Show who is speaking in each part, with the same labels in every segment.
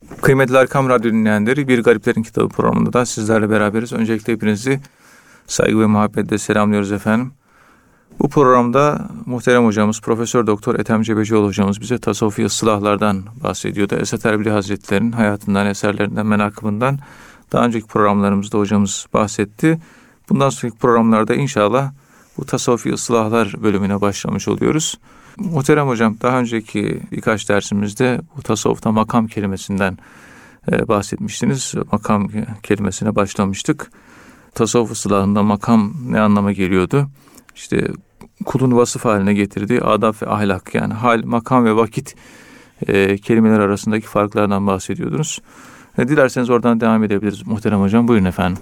Speaker 1: Kıymetli Erkam Radyo dinleyenleri, Bir Gariplerin Kitabı programında da sizlerle beraberiz. Öncelikle hepinizi saygı ve muhabbetle selamlıyoruz efendim. Bu programda muhterem hocamız Profesör Doktor Ethem Cebecioğlu hocamız bize tasavvufi ıslahlardan bahsediyordu. Esat Erbil Hazretleri'nin hayatından, eserlerinden, menakıbından daha önceki programlarımızda hocamız bahsetti. Bundan sonraki programlarda inşallah bu tasavvufi ıslahlar bölümüne başlamış oluyoruz. Muhterem hocam, daha önceki birkaç dersimizde bu tasavvufta makam kelimesinden bahsetmiştiniz. Makam kelimesine başlamıştık. Tasavvuf ıslahında makam ne anlama geliyordu? İşte kulun vasıf haline getirdiği adab ve ahlak, yani hal, makam ve vakit kelimeler arasındaki farklardan bahsediyordunuz. Dilerseniz oradan devam edebiliriz muhterem hocam. Buyurun efendim.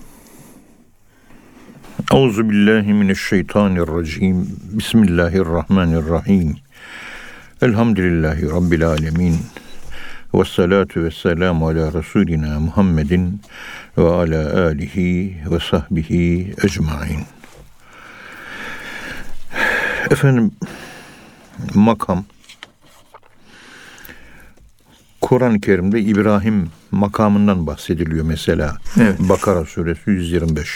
Speaker 2: Euzubillahimineşşeytanirracim. Bismillahirrahmanirrahim. Elhamdülillahi Rabbil alemin. Vessalatu vesselamu ala Resulina Muhammedin ve ala alihi ve sahbihi ecmain. Efendim, makam, Kur'an-ı Kerim'de İbrahim makamından bahsediliyor mesela.
Speaker 1: Evet.
Speaker 2: Bakara suresi 125.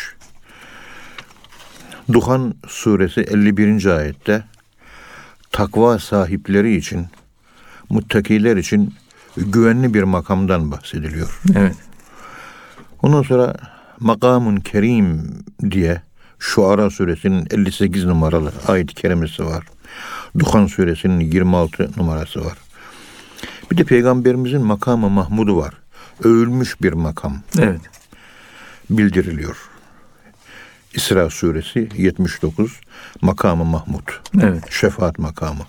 Speaker 2: Duhan suresi 51. ayette takva sahipleri için, muttakiler için güvenli bir makamdan bahsediliyor.
Speaker 1: Evet.
Speaker 2: Ondan sonra makamun kerim diye Şuara suresinin 58 numaralı ayet-i kerimesi var. Duhan suresinin 26 numarası var. Bir de Peygamberimizin makamı Mahmud'u var. Övülmüş bir makam.
Speaker 1: Evet.
Speaker 2: Bildiriliyor. İsra suresi 79 makamı Mahmud.
Speaker 1: Evet.
Speaker 2: Şefaat makamı.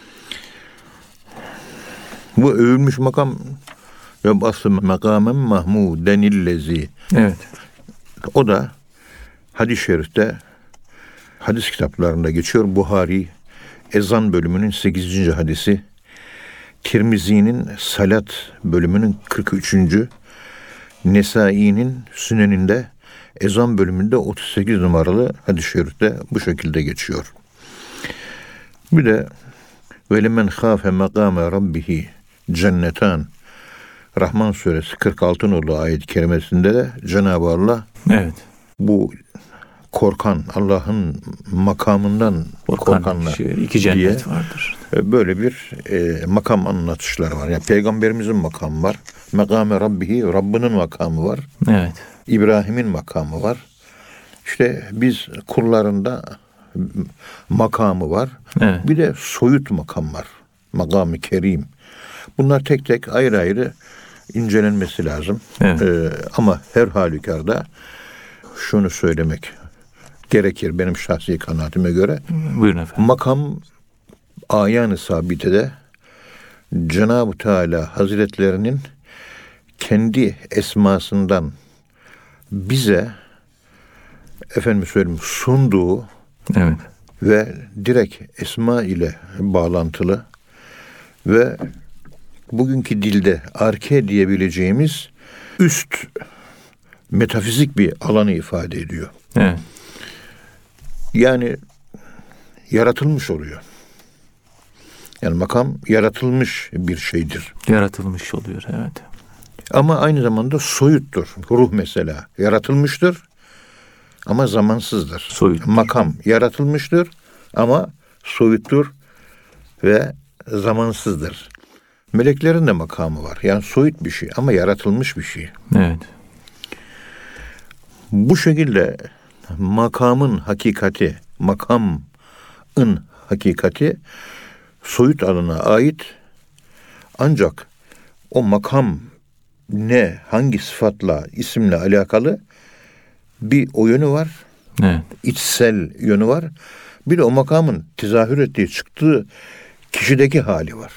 Speaker 2: Bu övülmüş makam ve aslı makamen mahmudenillezi.
Speaker 1: Evet.
Speaker 2: O da hadis-i şerifte, hadis kitaplarında geçiyor. Buhari ezan bölümünün 8. hadisi, Tirmizi'nin salat bölümünün 43. Nesai'nin Süneninde ezan bölümünde 38 numaralı hadis-i şerifte bu şekilde geçiyor. Bir de velimen khâfe makâme rabbihi cennetan, Rahman suresi 46 numaralı ayet-i kerimesinde de Cenab-ı Allah,
Speaker 1: evet,
Speaker 2: bu korkan, Allah'ın makamından korkanlar
Speaker 1: iki cennet diye vardır.
Speaker 2: Böyle bir makam anlatışları var. Yani Peygamberimizin makamı var. Makame Rabbihi, Rabbinin makamı var.
Speaker 1: Evet.
Speaker 2: İbrahim'in makamı var. İşte biz kullarında makamı var.
Speaker 1: Evet.
Speaker 2: Bir de soyut makam var. Makam-ı Kerim. Bunlar tek tek ayrı ayrı incelenmesi lazım.
Speaker 1: Evet.
Speaker 2: Ama her halükarda şunu söylemek gerekir benim şahsi kanaatime göre.
Speaker 1: Buyurun efendim.
Speaker 2: Makam ayan-ı sabitede Cenab-ı Teala Hazretlerinin kendi esmasından bize sunduğu,
Speaker 1: evet,
Speaker 2: ve direkt esma ile bağlantılı ve bugünkü dilde arke diyebileceğimiz üst metafizik bir alanı ifade ediyor.
Speaker 1: Evet.
Speaker 2: Yani yaratılmış oluyor. Yani makam yaratılmış bir şeydir.
Speaker 1: Yaratılmış oluyor, evet.
Speaker 2: Ama aynı zamanda soyuttur. Ruh mesela yaratılmıştır ama zamansızdır.
Speaker 1: Soyuttur.
Speaker 2: Makam yaratılmıştır ama soyuttur ve zamansızdır. Meleklerin de makamı var. Yani soyut bir şey ama yaratılmış bir şey.
Speaker 1: Evet.
Speaker 2: Bu şekilde makamın hakikati, makamın hakikati soyut alana ait, ancak o makam ne, hangi sıfatla, isimle alakalı bir o yönü var.
Speaker 1: Evet.
Speaker 2: İçsel yönü var. Bir de o makamın tezahür ettiği, çıktığı kişideki hali var.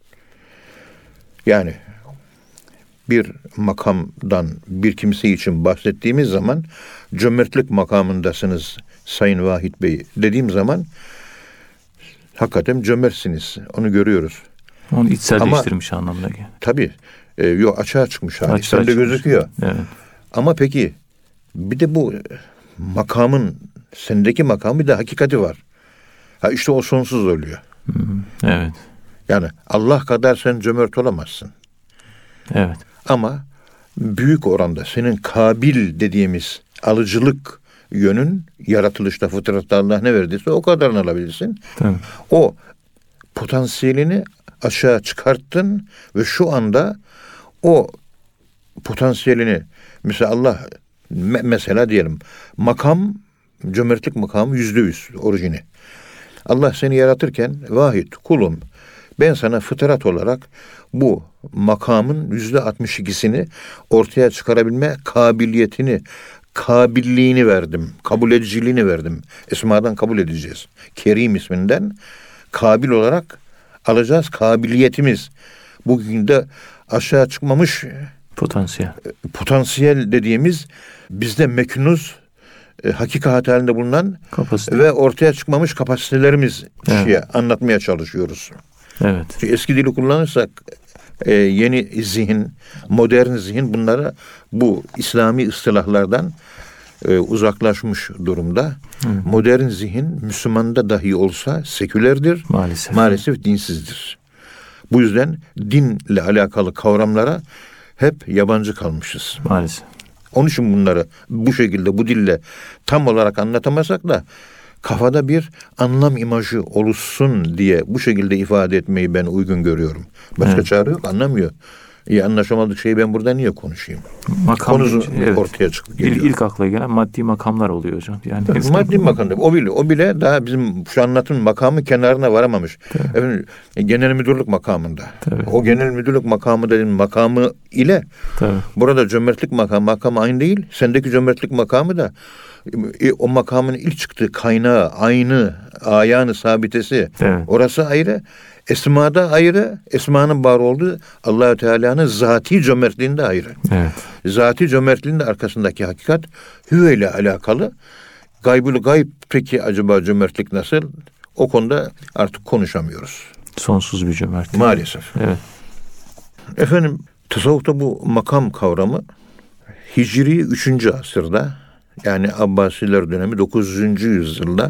Speaker 2: Yani bir makamdan bir kimse için bahsettiğimiz zaman cömertlik makamındasınız Sayın Vahit Bey dediğim hakikaten cömertsiniz. Onu görüyoruz.
Speaker 1: Onu içselleştirmiş anlamına geliyor.
Speaker 2: Tabii. Yok, açığa çıkmış hali. Sende gözüküyor.
Speaker 1: Evet.
Speaker 2: Ama peki bir de bu makamın, sendeki makamı bir de hakikati var. İşte o sonsuz oluyor.
Speaker 1: Evet.
Speaker 2: Yani Allah kadar sen cömert olamazsın.
Speaker 1: Evet.
Speaker 2: Ama büyük oranda senin kabil dediğimiz alıcılık yönün yaratılışta, fıtratta Allah ne verdiyse o kadarını alabilirsin.
Speaker 1: Tabii.
Speaker 2: O potansiyelini aşağı çıkarttın ve şu anda o potansiyelini mesela Allah mesela diyelim makam, cömertlik makamı %100 orijini. Allah seni yaratırken vahid kulum ben sana fıtrat olarak bu makamın %62'sini ortaya çıkarabilme kabiliyetini, kabilliğini verdim. Kabul ediciliğini verdim. Esmadan kabul edeceğiz. Kerim isminden kabil olarak alacağız kabiliyetimiz. Bugün de aşağı çıkmamış potansiyel dediğimiz bizde meknuz hakikat halinde bulunan kapasite ve ortaya çıkmamış kapasitelerimiz anlatmaya çalışıyoruz.
Speaker 1: Evet.
Speaker 2: Çünkü eski dili kullanırsak yeni zihin, modern zihin bunlara bu İslami ıstılahlardan uzaklaşmış durumda. Modern zihin Müslümanda dahi olsa sekülerdir. Maalesef dinsizdir. Bu yüzden dinle alakalı kavramlara hep yabancı kalmışız.
Speaker 1: Maalesef.
Speaker 2: Onun için bunları bu şekilde bu dille tam olarak anlatamasak da kafada bir anlam imajı oluşsun diye bu şekilde ifade etmeyi ben uygun görüyorum. Başka çare yok, anlamıyor. Anlaşamadık şeyi ben burada niye konuşayım? Konusu ortaya çıkıp geliyor.
Speaker 1: İlk akla gelen maddi makamlar oluyor hocam. Yani
Speaker 2: maddi makam o bile daha bizim şu anlatım makamı kenarına varamamış. Efendim, genel müdürlük makamında. Tabii. O genel müdürlük makamı dediğim makamı ile burada cömertlik makamı aynı değil. Sendeki cömertlik makamı da o makamın ilk çıktığı kaynağı, aynı, ayağını sabitesi. Evet. Orası ayrı. Esmada ayrı. Esmanın var olduğu Allah-u Teala'nın zati cömertliğinde ayrı. Evet. Zati cömertliğinde arkasındaki hakikat hüve ile alakalı. Gaybül gayb peki acaba cömertlik nasıl? O konuda artık konuşamıyoruz.
Speaker 1: Sonsuz bir cömertlik.
Speaker 2: Maalesef. Evet. Efendim tasavvufta bu makam kavramı Hicri 3. asırda yani Abbasiler dönemi 9. yüzyılda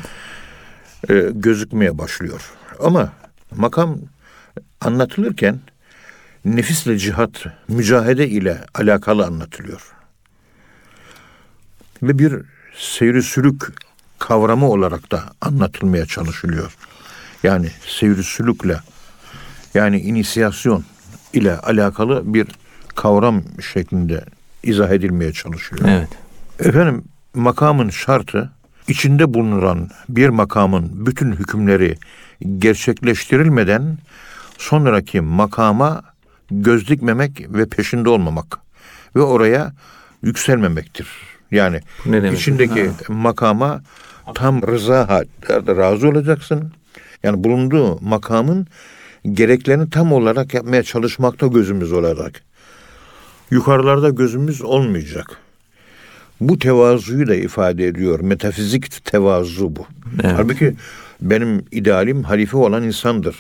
Speaker 2: gözükmeye başlıyor. Ama makam anlatılırken nefisle cihat, mücahede ile alakalı anlatılıyor. Ve bir seyri sülük kavramı olarak da anlatılmaya çalışılıyor. Yani seyri sülükle yani inisiyasyon ile alakalı bir kavram şeklinde izah edilmeye çalışılıyor. Evet. Efendim makamın şartı içinde bulunan bir makamın bütün hükümleri gerçekleştirilmeden sonraki makama göz dikmemek ve peşinde olmamak ve oraya yükselmemektir. Yani içindeki makama tam rıza razı olacaksın. Yani bulunduğu makamın gereklerini tam olarak yapmaya çalışmakta gözümüz olacak. Yukarılarda gözümüz olmayacak. Bu tevazuyu da ifade ediyor. Metafizik tevazu bu. Evet. Halbuki benim idealim halife olan insandır.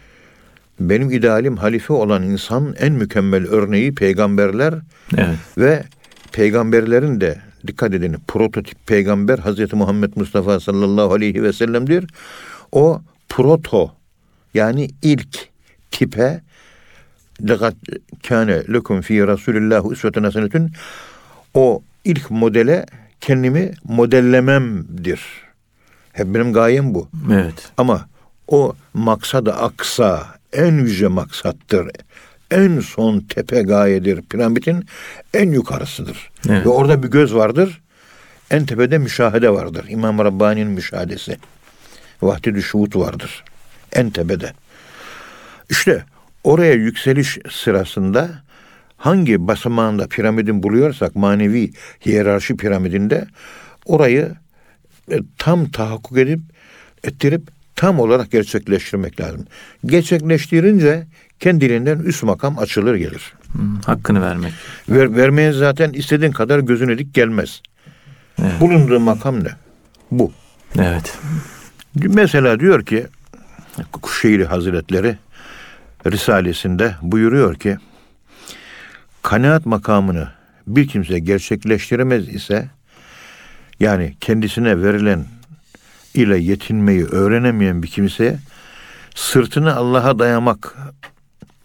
Speaker 2: Benim idealim halife olan insan en mükemmel örneği peygamberler ve peygamberlerin de dikkat edin prototip peygamber Hazreti Muhammed Mustafa sallallahu aleyhi ve sellem'dir. O proto yani ilk tipe لَقَدْ كَانَ لَكُمْ ف۪ي رَسُولِ اللّٰهُ اُسْوَةً حَسَنَةٌ o ilk modele kendimi modellememdir. Hep benim gayem bu. Evet. Ama o maksada aksa en yüce maksattır. En son tepe gayedir. Piramidin en yukarısıdır. Evet. Ve orada bir göz vardır. En tepede müşahede vardır. İmam Rabbani'nin müşahedesi. Vahdi-i şuhud vardır. En tepede. İşte oraya yükseliş sırasında hangi basamağında piramidin buluyorsak manevi hiyerarşi piramidinde orayı tam tahakkuk ettirip tam olarak gerçekleştirmek lazım. Gerçekleştirince kendiliğinden üst makam açılır gelir.
Speaker 1: Hakkını vermek.
Speaker 2: Vermeye zaten istediğin kadar gözüne dik gelmez. Evet. Bulunduğu makam ne? Bu.
Speaker 1: Evet.
Speaker 2: Mesela diyor ki Kuşeyri Hazretleri Risalesinde buyuruyor ki kanaat makamını bir kimse gerçekleştiremez ise yani kendisine verilen ile yetinmeyi öğrenemeyen bir kimse sırtını Allah'a dayamak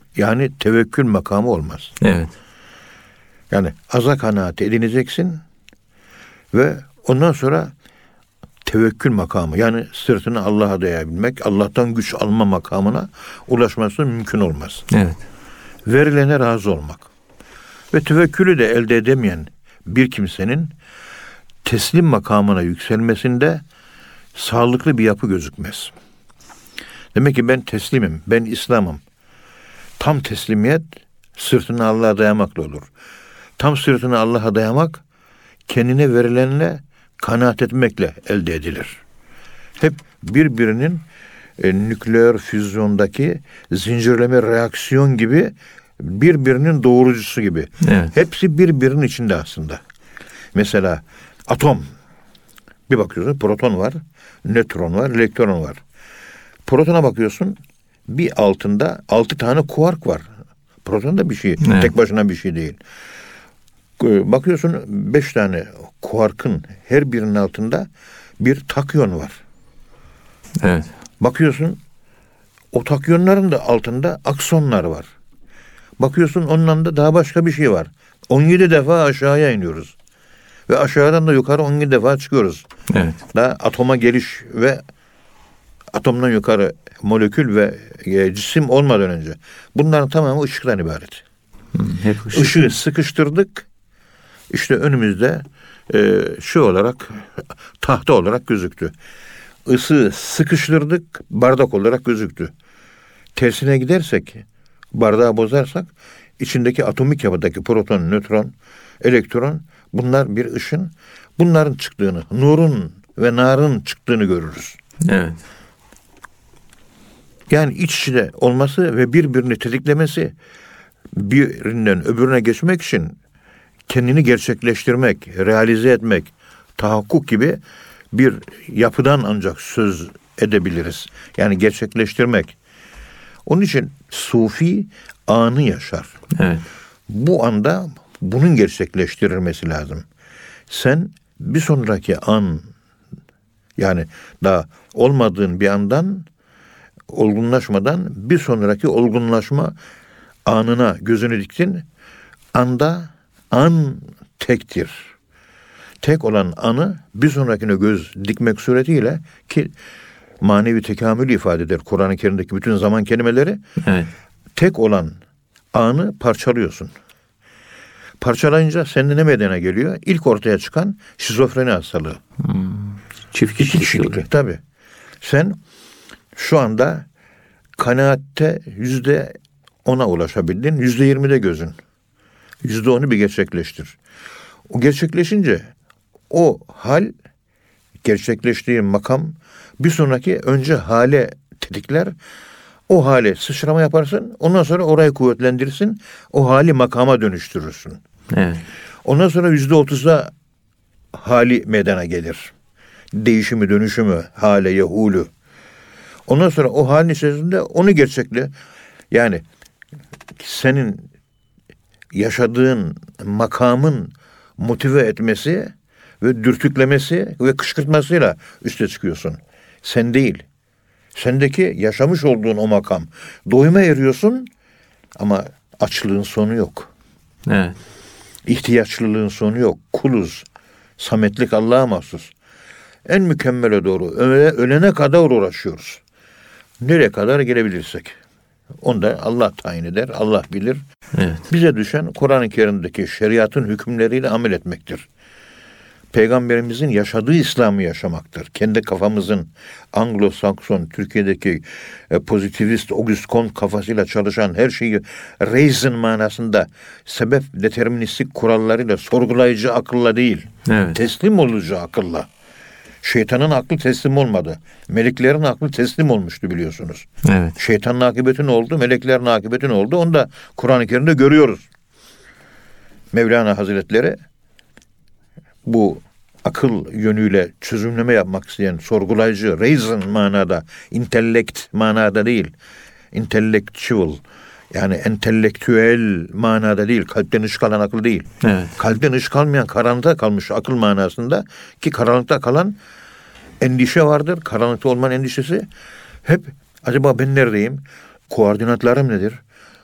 Speaker 2: Yani tevekkül makamı olmaz.
Speaker 1: Evet.
Speaker 2: Yani aza kanaat edineceksin ve ondan sonra tevekkül makamı, yani sırtını Allah'a dayayabilmek, Allah'tan güç alma makamına ulaşması mümkün olmaz.
Speaker 1: Evet.
Speaker 2: Verilene razı olmak. Ve tevekkülü de elde edemeyen bir kimsenin teslim makamına yükselmesinde sağlıklı bir yapı gözükmez. Demek ki ben teslimim, ben İslam'ım. Tam teslimiyet sırtını Allah'a dayamakla olur. Tam sırtını Allah'a dayamak kendine verilenle kanaat etmekle elde edilir. Hep birbirinin nükleer füzyondaki zincirleme reaksiyon gibi, birbirinin doğurucusu gibi.
Speaker 1: Evet.
Speaker 2: Hepsi birbirinin içinde aslında. Mesela atom. Bir bakıyorsun proton var, nötron var, elektron var. Protona bakıyorsun, bir altında 6 tane kuark var. Proton da bir şey,
Speaker 1: evet,
Speaker 2: tek başına bir şey değil. Bakıyorsun 5 tane kuarkın her birinin altında bir takyon var.
Speaker 1: Evet.
Speaker 2: Bakıyorsun o takyonların da altında aksonlar var. Bakıyorsun ondan da daha başka bir şey var. 17 defa aşağıya iniyoruz. Ve aşağıdan da yukarı 17 defa çıkıyoruz.
Speaker 1: Evet.
Speaker 2: Daha atoma geliş ve atomdan yukarı molekül ve cisim olmadan önce. Bunların tamamı ışıktan ibaret.
Speaker 1: Hep ışık.
Speaker 2: Işığı sıkıştırdık. İşte önümüzde şu olarak, tahta olarak gözüktü. Isı sıkıştırdık, bardak olarak gözüktü. Tersine gidersek, bardağı bozarsak, içindeki atomik yapıdaki proton, nötron, elektron, bunlar bir ışın. Bunların çıktığını, nurun ve narın çıktığını görürüz.
Speaker 1: Evet.
Speaker 2: Yani iç içe olması ve birbirini tetiklemesi, birinden öbürüne geçmek için kendini gerçekleştirmek, realize etmek, tahakkuk gibi bir yapıdan ancak söz edebiliriz. Yani gerçekleştirmek. Onun için sufi anı yaşar.
Speaker 1: Evet.
Speaker 2: Bu anda bunun gerçekleştirilmesi lazım. Sen bir sonraki an, yani daha olmadığın bir andan, olgunlaşmadan bir sonraki olgunlaşma anına gözünü diktin. An tektir. Tek olan anı bir sonrakine göz dikmek suretiyle, ki manevi tekamülü ifade eder Kur'an-ı Kerim'deki bütün zaman kelimeleri.
Speaker 1: Evet.
Speaker 2: Tek olan anı parçalıyorsun. Parçalayınca sende ne meydana geliyor? İlk ortaya çıkan şizofreni hastalığı.
Speaker 1: Çift
Speaker 2: İki kişilik. Tabii. Sen şu anda kanaatte %10'a ulaşabildin. %20'de gözün. %10'u bir gerçekleştir. O gerçekleşince o hal, gerçekleştiği makam bir sonraki önce hale tetikler. O hale sıçrama yaparsın. Ondan sonra orayı kuvvetlendirirsin. O hali makama dönüştürürsün.
Speaker 1: Evet.
Speaker 2: Ondan sonra %30'da hali meydana gelir. Değişimi, dönüşümü, hale, yahulü. Ondan sonra o halin içerisinde onu gerçekle, yani senin yaşadığın makamın motive etmesi ve dürtüklemesi ve kışkırtmasıyla üste çıkıyorsun. Sen değil. Sendeki yaşamış olduğun o makam. Doyuma eriyorsun ama açlığın sonu yok.
Speaker 1: Evet.
Speaker 2: İhtiyaçlılığın sonu yok. Kuluz. Sametlik Allah'a mahsus. En mükemmele doğru ölene kadar uğraşıyoruz. Nereye kadar gelebilirsek. Onu da Allah tayin eder, Allah bilir.
Speaker 1: Evet.
Speaker 2: Bize düşen Kur'an-ı Kerim'deki şeriatın hükümleriyle amel etmektir. Peygamberimizin yaşadığı İslam'ı yaşamaktır. Kendi kafamızın Anglo-Sakson, Türkiye'deki pozitivist Auguste Comte kafasıyla çalışan her şeyi reason manasında sebep deterministik kurallarıyla sorgulayıcı akılla değil,
Speaker 1: Evet.
Speaker 2: teslim olucu akılla. Şeytanın aklı teslim olmadı. Meleklerin aklı teslim olmuştu biliyorsunuz.
Speaker 1: Evet.
Speaker 2: Şeytanın akıbeti ne oldu? Meleklerin akıbeti ne oldu? Onu da Kur'an-ı Kerim'de görüyoruz. Mevlana Hazretleri bu akıl yönüyle çözümleme yapmak isteyen sorgulayıcı, reason manada, intellect manada değil, intellectual, yani entelektüel manada değil, kalpten ışık alan akıl değil.
Speaker 1: Evet.
Speaker 2: Kalpten ışık almayan, karanlıkta kalmış akıl manasında, ki karanlıkta kalan endişe vardır. Karanlıkta olmanın endişesi hep acaba ben neredeyim? Koordinatlarım nedir?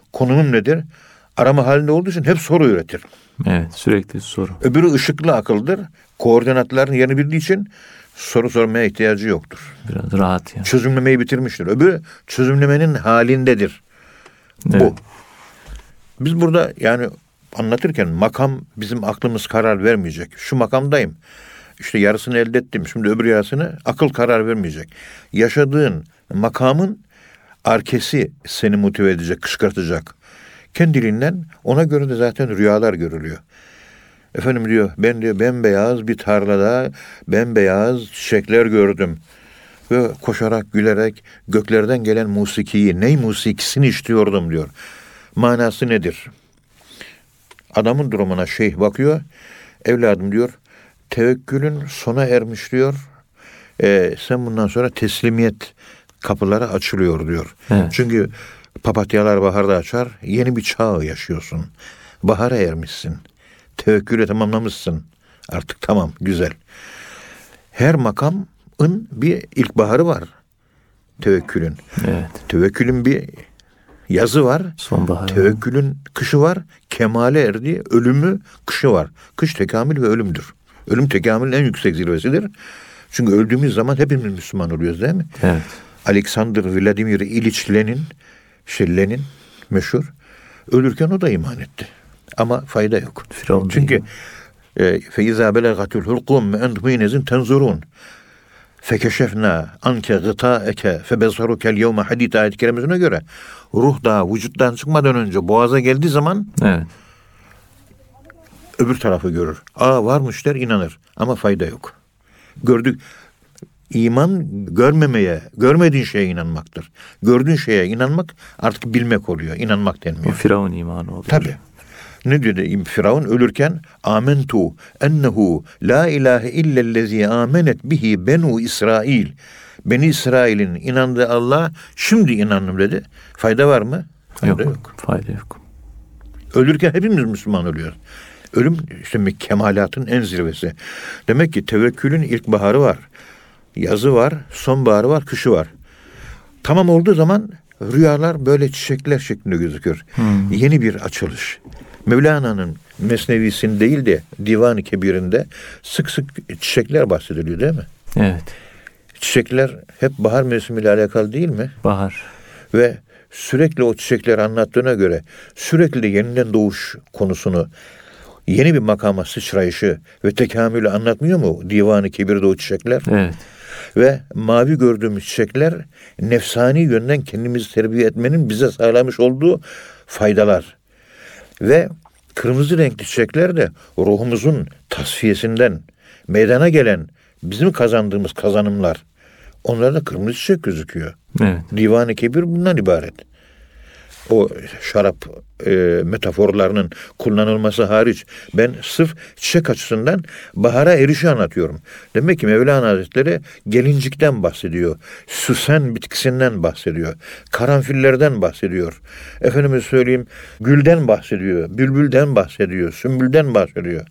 Speaker 2: konumum nedir? Arama halinde olduğu için hep soru üretir.
Speaker 1: Evet, sürekli soru.
Speaker 2: Öbürü ışıklı akıldır. Koordinatların yerini bildiği için soru sormaya ihtiyacı yoktur.
Speaker 1: Biraz rahat yani.
Speaker 2: Çözümlemeyi bitirmiştir. Öbürü çözümlemenin halindedir.
Speaker 1: Evet.
Speaker 2: Bu. Biz burada yani anlatırken makam bizim aklımız karar vermeyecek. Şu makamdayım. İşte yarısını elde ettim. Şimdi öbür yarısını akıl karar vermeyecek. Yaşadığın makamın arkesi seni motive edecek, kışkırtacak. Kendiliğinden ona göre de zaten rüyalar görülüyor. Efendim diyor, ben diyor bembeyaz bir tarlada bembeyaz çiçekler gördüm. Ve koşarak, gülerek göklerden gelen musikiyi, ney musikisini işitiyordum diyor. Manası nedir? Adamın durumuna şeyh bakıyor. Evladım diyor, tevekkülün sona ermiş diyor. Sen bundan sonra teslimiyet kapıları açılıyor diyor.
Speaker 1: Evet.
Speaker 2: Çünkü papatyalar baharda açar. Yeni bir çağ yaşıyorsun. Bahara ermişsin. Tevekkülü tamamlamışsın. Artık tamam, güzel. Her makamın bir ilkbaharı var. Tevekkülün.
Speaker 1: Evet.
Speaker 2: Tevekkülün bir yazı var.
Speaker 1: Sonbahar.
Speaker 2: Tevekkülün kışı var. Kemale erdiği ölümü kışı var. Kış tekamül ve ölümdür. Ölüm tekamülün en yüksek zirvesidir. Çünkü öldüğümüz zaman hepimiz Müslüman oluyoruz değil mi?
Speaker 1: Evet.
Speaker 2: Alexander Vladimir İliç Lenin, Lenin meşhur. Ölürken o da iman etti. Ama fayda yok.
Speaker 1: Firavun
Speaker 2: Çünkü فَاِذَا بَلَغَتُ الْحُلْقُمْ مَاَنْتُمْ اِنَزِمْ تَنْزُرُونَ فَكَشَفْنَا اَنْكَ غِطَاءَكَ فَبَصَرُكَ الْيَوْمَ hadît ayet-i kerimesine göre ruh daha vücuttan çıkmadan önce boğaza geldiği zaman
Speaker 1: Evet.
Speaker 2: öbür tarafı görür. Varmış der, inanır. Ama fayda yok. Gördük. İman görmediğin şeye inanmaktır. Gördüğün şeye inanmak artık bilmek oluyor. İnanmak
Speaker 1: O
Speaker 2: denmiyor.
Speaker 1: Firavun imanı oluyor.
Speaker 2: Tabii. Ne diyor Firavun ölürken? Amentu ennehu la ilahe illellezi amenet bihi benu İsrail. Beni İsrail'in inandığı Allah şimdi inandım dedi. Fayda var mı? Fayda yok.
Speaker 1: Fayda yok.
Speaker 2: Ölürken hepimiz Müslüman oluyoruz. Ölüm işte kemalatın en zirvesi. Demek ki tevekkülün ilkbaharı var. Yazı var, sonbaharı var, kışı var. Tamam olduğu zaman rüyalar böyle çiçekler şeklinde gözükür. Yeni bir açılış. Mevlana'nın Mesnevisinde değil de Divan-ı Kebir'inde sık sık çiçekler bahsediliyor değil mi?
Speaker 1: Evet.
Speaker 2: Çiçekler hep bahar mevsimiyle alakalı değil mi?
Speaker 1: Bahar.
Speaker 2: Ve sürekli o çiçekleri anlattığına göre sürekli de yeniden doğuş konusunu, yeni bir makama sıçrayışı ve tekamülü anlatmıyor mu Divan-ı Kebir'de o çiçekler?
Speaker 1: Evet.
Speaker 2: Ve mavi gördüğümüz çiçekler nefsani yönden kendimizi terbiye etmenin bize sağlamış olduğu faydalar. Ve kırmızı renkli çiçekler de ruhumuzun tasfiyesinden meydana gelen bizim kazandığımız kazanımlar. Onlarda kırmızı çiçek gözüküyor.
Speaker 1: Evet.
Speaker 2: Divan-ı Kebir bundan ibaret. O şarap metaforlarının kullanılması hariç ben sırf çiçek açısından bahara erişi anlatıyorum. Demek ki Mevlana Hazretleri gelincikten bahsediyor. Süsen bitkisinden bahsediyor. Karanfillerden bahsediyor. Efendime söyleyeyim gülden bahsediyor. Bülbülden bahsediyor. Sümbülden bahsediyor.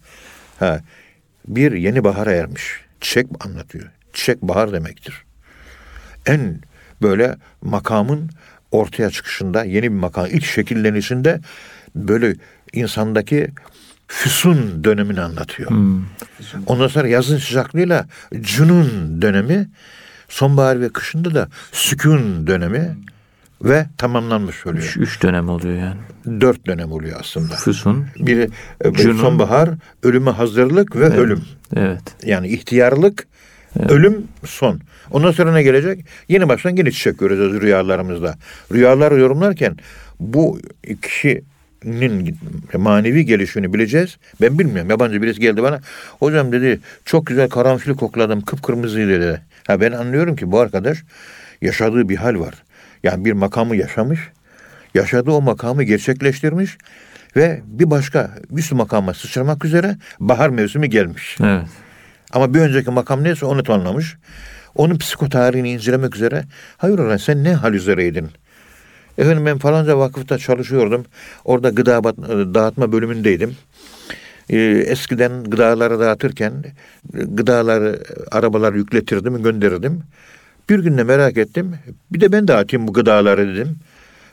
Speaker 2: Bir yeni bahara ermiş. Çiçek anlatıyor. Çiçek bahar demektir. En böyle makamın ortaya çıkışında, yeni bir makam, ilk şekillenişinde böyle insandaki füsun dönemini anlatıyor. Ondan sonra yazın sıcaklığıyla cünun dönemi, sonbahar ve kışında da sükun dönemi ve tamamlanmış oluyor.
Speaker 1: 3 dönem oluyor yani.
Speaker 2: 4 dönem oluyor aslında.
Speaker 1: Füsun.
Speaker 2: Biri
Speaker 1: Cünun.
Speaker 2: sonbahar, ölüme hazırlık ve ölüm.
Speaker 1: Evet.
Speaker 2: Yani ihtiyarlık, ölüm, son. Ondan sonra ne gelecek? Yeni baştan yeni çiçek göreceğiz rüyalarımızda. Rüyaları yorumlarken bu kişinin manevi gelişini bileceğiz. Ben bilmiyorum. Yabancı birisi geldi bana. Hocam dedi çok güzel karanfil kokladım. Kıpkırmızıydı dedi. Ben anlıyorum ki bu arkadaş yaşadığı bir hal var. Yani bir makamı yaşamış. Yaşadığı o makamı gerçekleştirmiş. Ve bir başka üst makama sıçramak üzere bahar mevsimi gelmiş.
Speaker 1: Evet.
Speaker 2: Ama bir önceki makam neyse onu tanımlamış. Onun psikotarihini incelemek üzere. Hayır ulan sen ne hal üzereydin? Efendim ben falanca vakıfta çalışıyordum. Orada gıda dağıtma bölümündeydim. Eskiden gıdaları dağıtırken gıdaları arabalar yükletirdim, gönderirdim. Bir gün de merak ettim. Bir de ben dağıtayım bu gıdaları dedim.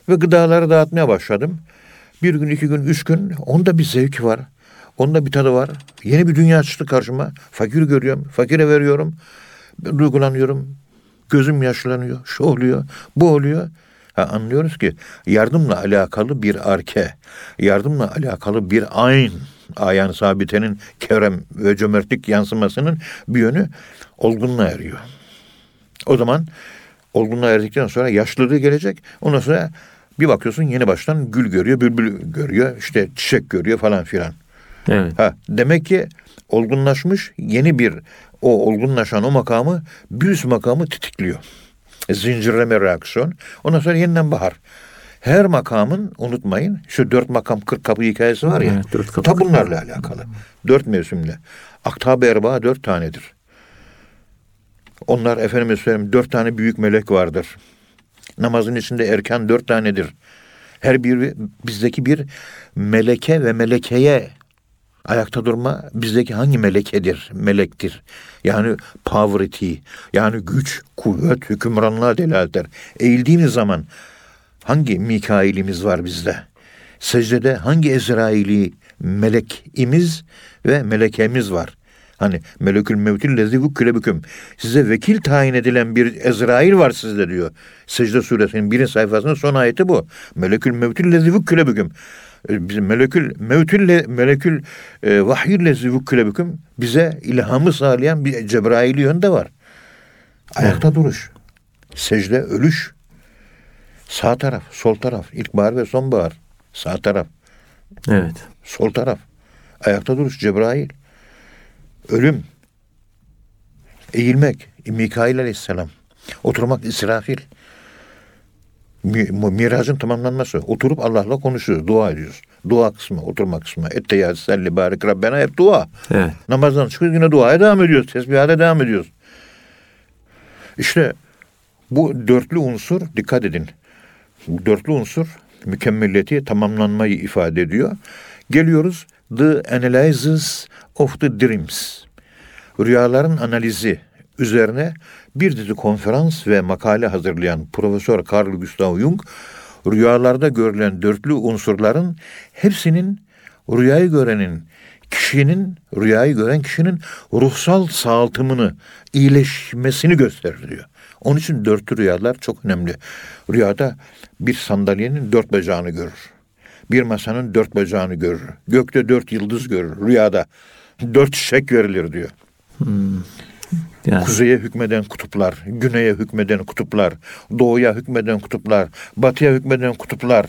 Speaker 2: Ve gıdaları dağıtmaya başladım. Bir gün, 2 gün, 3 gün. Onda bir zevki var. Onda bir tadı var. Yeni bir dünya çıktı karşıma. Fakir görüyorum. Fakire veriyorum. Duygulanıyorum. Gözüm yaşlanıyor. Şu oluyor. Bu oluyor. Anlıyoruz ki yardımla alakalı bir arke, yardımla alakalı bir ayn, ayan sabitenin kerem ve cömertlik yansımasının bir yönü olgunluğa eriyor. O zaman olgunluğa erdikten sonra yaşlılığı gelecek. Ondan sonra bir bakıyorsun yeni baştan gül görüyor, bülbül görüyor, işte çiçek görüyor falan filan.
Speaker 1: Evet.
Speaker 2: Demek ki olgunlaşmış, yeni bir o olgunlaşan o makamı, bir üst makamı tetikliyor. Zincirleme reaksiyon. Ondan sonra yeniden bahar. Her makamın, unutmayın, şu 4 makam 40 kapı hikayesi var ya.
Speaker 1: Evet, 4 kapı.
Speaker 2: Ta bunlarla alakalı. 4 mevsimle. Aktab-ı Erbaa 4 tanedir. Onlar efendime söyleyeyim 4 tane büyük melek vardır. Namazın içinde erkan 4 tanedir. Her biri bizdeki bir meleke ve melekeye ayakta durma bizdeki hangi melekedir? Melektir. Yani poverty, yani güç, kuvvet, hükümranlığa delalet eder. Eğildiğimiz zaman hangi Mikail'imiz var bizde? Secdede hangi Ezrail'i melekimiz ve melekemiz var? Hani melekül mevtil lezi vukkile büküm. Size vekil tayin edilen bir Ezrail var sizde diyor. Secde suresinin 1. sayfasının son ayeti bu. Melekül mevtil lezi vukkile büküm. Bizim melekül vahiy lezi vukkile büküm. Bize ilhamı sağlayan bir Cebrail yönü de var. Ayakta duruş. Secde ölüş. Sağ taraf, sol taraf. İlkbahar ve sonbahar. Sağ taraf.
Speaker 1: Evet.
Speaker 2: Sol taraf. Ayakta duruş Cebrail. Ölüm. Eğilmek. Mikail aleyhisselam. Oturmak İsrafil. Miracın tamamlanması. Oturup Allah'la konuşuyoruz. Dua ediyoruz. Dua kısmı, oturma kısmı. Etteyyâd selli barik Rabbena hep dua.
Speaker 1: Evet.
Speaker 2: Namazdan çıkıyoruz yine duaya devam ediyoruz. Tesbihata devam ediyoruz. İşte bu dörtlü unsur, dikkat edin. Bu dörtlü unsur mükemmelliyeti, tamamlanmayı ifade ediyor. Geliyoruz the analysis of the dreams. Rüyaların analizi üzerine bir dizi konferans ve makale hazırlayan Profesör Carl Gustav Jung, rüyalarda görülen dörtlü unsurların hepsinin rüyayı gören kişinin ruhsal sağaltımını, iyileşmesini gösterir diyor. Onun için dörtlü rüyalar çok önemli. Rüyada bir sandalyenin 4 bacağını görür. Bir masanın 4 bacağını görür. Gökte 4 yıldız görür. Rüyada 4 çiçek verilir diyor.
Speaker 1: Yani.
Speaker 2: Kuzeye hükmeden kutuplar, güneye hükmeden kutuplar, doğuya hükmeden kutuplar, batıya hükmeden kutuplar.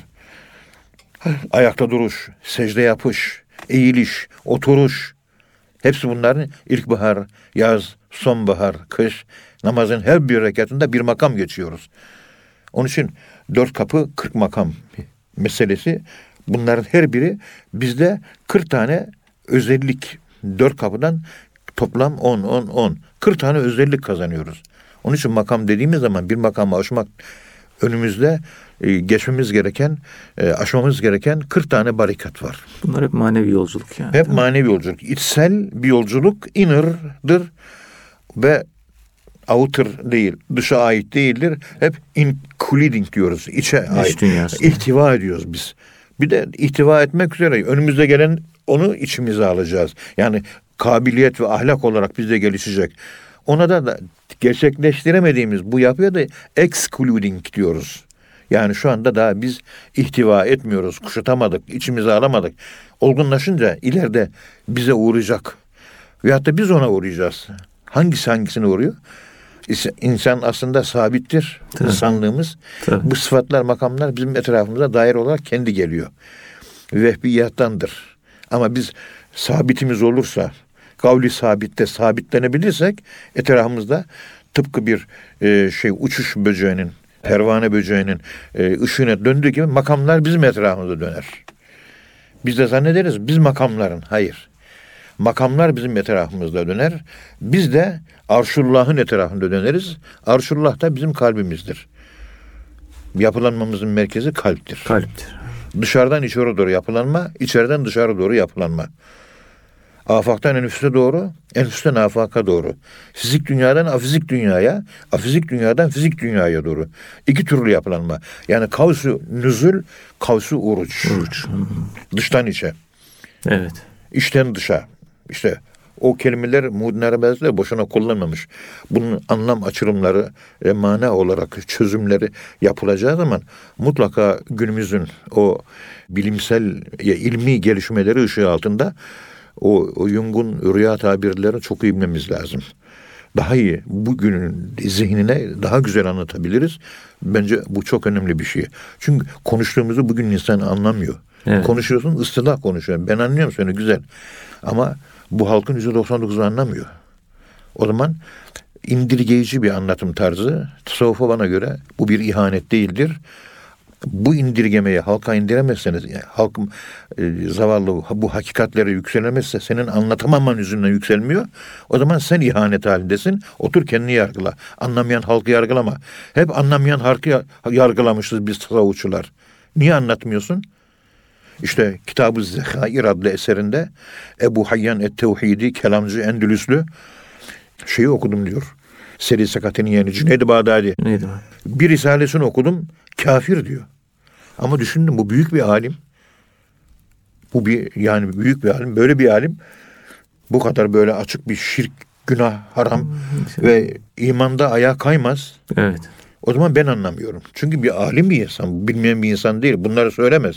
Speaker 2: Ayakta duruş, secde yapış, eğiliş, oturuş. Hepsi bunların ilkbahar, yaz, sonbahar, kış, namazın her bir rekatında bir makam geçiyoruz. Onun için 4 kapı 40 makam meselesi. Bunların her biri bizde 40 tane özellik. 4 kapıdan toplam 10. 40 tane özellik kazanıyoruz. Onun için makam dediğimiz zaman bir makama aşmak önümüzde geçmemiz gereken, aşmamız gereken 40 tane barikat var.
Speaker 1: Bunlar hep manevi yolculuk yani.
Speaker 2: Hep manevi yolculuk. İçsel bir yolculuk, inner'dır ve outer değil, dışa ait değildir. Hep including diyoruz. İçe ait.
Speaker 1: Dünyası.
Speaker 2: İhtiva ediyoruz biz. Bir de ihtiva etmek üzere önümüzde gelen onu içimize alacağız. Yani kabiliyet ve ahlak olarak bizde gelişecek. Ona da gerçekleştiremediğimiz bu yapıya da excluding diyoruz. Yani şu anda daha biz ihtiva etmiyoruz, kuşatamadık, içimize alamadık. Olgunlaşınca ileride bize uğrayacak. Veyahut da biz ona uğrayacağız. Hangisi hangisine uğruyor? İnsan aslında sabittir. Tabii. İnsanlığımız. Tabii. Bu sıfatlar, makamlar bizim etrafımıza dair olarak kendi geliyor. Vehbiyattandır. Ama biz sabitimiz olursa, kavli sabitte sabitlenebilirsek etrafımızda tıpkı bir uçuş böceğinin, pervane böceğinin ışığına döndüğü gibi makamlar bizim etrafımızda döner. Biz de zannederiz biz makamların. Hayır. Makamlar bizim etrafımızda döner. Biz de Arşullah'ın etrafında döneriz. Arşullah da bizim kalbimizdir. Yapılanmamızın merkezi kalptir.
Speaker 1: Kalptir.
Speaker 2: Dışarıdan içeri doğru yapılanma, içeriden dışarı doğru yapılanma. Afaktan enfüse doğru, enfüsten afaka doğru. Fizik dünyadan afizik dünyaya, afizik dünyadan fizik dünyaya doğru. İki türlü yapılanma. Yani kavsu nüzül, kavsu uruç. Dıştan içe.
Speaker 1: Evet.
Speaker 2: İçten dışa. İşte o kelimeler Muhyiddin Arabi boşuna kullanmamış. Bunun anlam açılımları, mana olarak çözümleri yapılacağı zaman mutlaka günümüzün o bilimsel, ilmi gelişmeleri ışığı altında o Jung'un rüya tabirlerini çok iyi bilmemiz lazım. Daha iyi bugünün zihnine daha güzel anlatabiliriz. Bence bu çok önemli bir şey. Çünkü konuştuğumuzu bugün insan anlamıyor.
Speaker 1: Evet.
Speaker 2: Konuşuyorsun, ıstılah konuşuyorsun. Ben anlıyorum seni güzel. Ama bu halkın %99'u anlamıyor. O zaman indirgeyici bir anlatım tarzı, tasavvufa bana göre bu bir ihanet değildir. Bu indirgemeyi halka indiremezseniz, yani halkım zavallı bu hakikatlere yükselemezse, senin anlatamaman yüzünden yükselmiyor. O zaman sen ihanet halindesin. Otur kendini yargıla. Anlamayan halkı yargılama. Hep anlamayan halkı yargılamışız biz tasavvufçular. Niye anlatmıyorsun? İşte Kitab-ı Zekhair adlı eserinde Ebu Hayyan et-Tevhidi, kelamcı Endülüslü şeyi okudum diyor. Seri Sakati'nin yeğeni Cüneyd-i Bağdadi.
Speaker 1: Neydi?
Speaker 2: Bir risalesini okudum. Kafir diyor. Ama düşündüm, bu büyük bir alim. Yani büyük bir alim. Böyle bir alim bu kadar böyle açık bir şirk, günah, haram ve imanda ayağa kaymaz.
Speaker 1: Evet.
Speaker 2: O zaman ben anlamıyorum. Çünkü bir alim bir insan, bilmeyen bir insan değil. Bunları söylemez.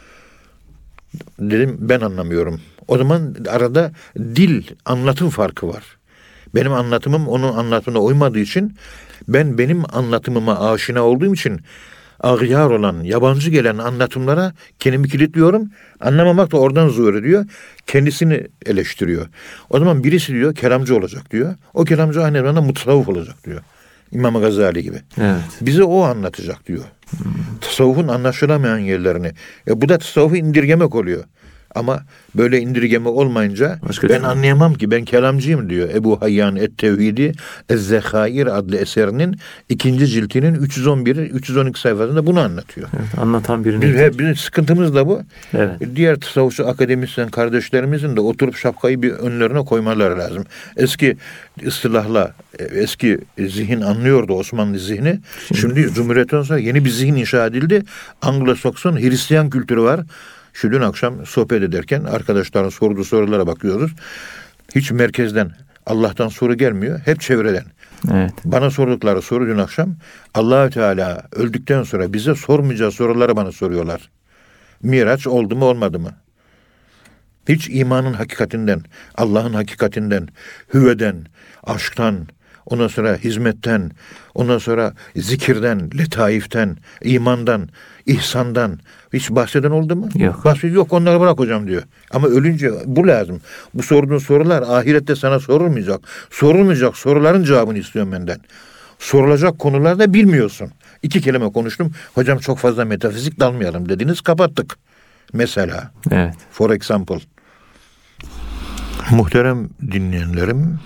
Speaker 2: Dedim ben anlamıyorum. O zaman arada dil, anlatım farkı var. Benim anlatımım onun anlatımına uymadığı için, ben benim anlatımıma aşina olduğum için ağyar olan, yabancı gelen anlatımlara kendimi kilitliyorum. Anlamamak da oradan zuhur ediyor. Kendisini eleştiriyor. O zaman birisi diyor kelamcı olacak diyor. O kelamcı aynı zamanda mutasavvuf olacak diyor. İmam Gazali gibi.
Speaker 1: Evet.
Speaker 2: Bize o anlatacak diyor. Tasavvufun anlaşılamayan yerlerini. Bu da tasavvufu indirgemek oluyor. Ama böyle indirgeme olmayınca ben anlayamam ki, ben kelamcıyım diyor. Ebu Hayyan et-Tevhidi Ez-Zekhair adlı eserinin 2. ciltinin 311-312 sayfasında bunu anlatıyor.
Speaker 1: Evet, anlatan birinin.
Speaker 2: Bizim sıkıntımız da bu.
Speaker 1: Evet.
Speaker 2: Diğer tasavvufçu akademisyen kardeşlerimizin de oturup şapkayı bir önlerine koymaları lazım. Eski ıstılahla eski zihin anlıyordu, Osmanlı zihni. Şimdi Cumhuriyet'ten sonra yeni bir zihin inşa edildi. Anglo-Sakson Hristiyan kültürü var. Şu dün akşam sohbet ederken arkadaşların sorduğu sorulara bakıyoruz. Hiç merkezden, Allah'tan soru gelmiyor. Hep çevreden.
Speaker 1: Evet.
Speaker 2: Bana sordukları soru dün akşam, Allah-u Teala öldükten sonra bize sormayacağı soruları bana soruyorlar. Miraç oldu mu olmadı mı? Hiç imanın hakikatinden, Allah'ın hakikatinden, hüveden, aşktan, ondan sonra hizmetten, ondan sonra zikirden, letaiften, imandan, ihsandan hiç bahseden oldu mu?
Speaker 1: Yok.
Speaker 2: Yok, onları bırak hocam diyor. Ama ölünce bu lazım. Bu sorduğun sorular ahirette sana sorulmayacak. Sorulmayacak soruların cevabını istiyorum benden. Sorulacak konularda bilmiyorsun. 2 kelime konuştum. Hocam çok fazla metafizik dalmayalım dediniz, kapattık. Mesela.
Speaker 1: Evet.
Speaker 2: For example. Muhterem dinleyenlerim,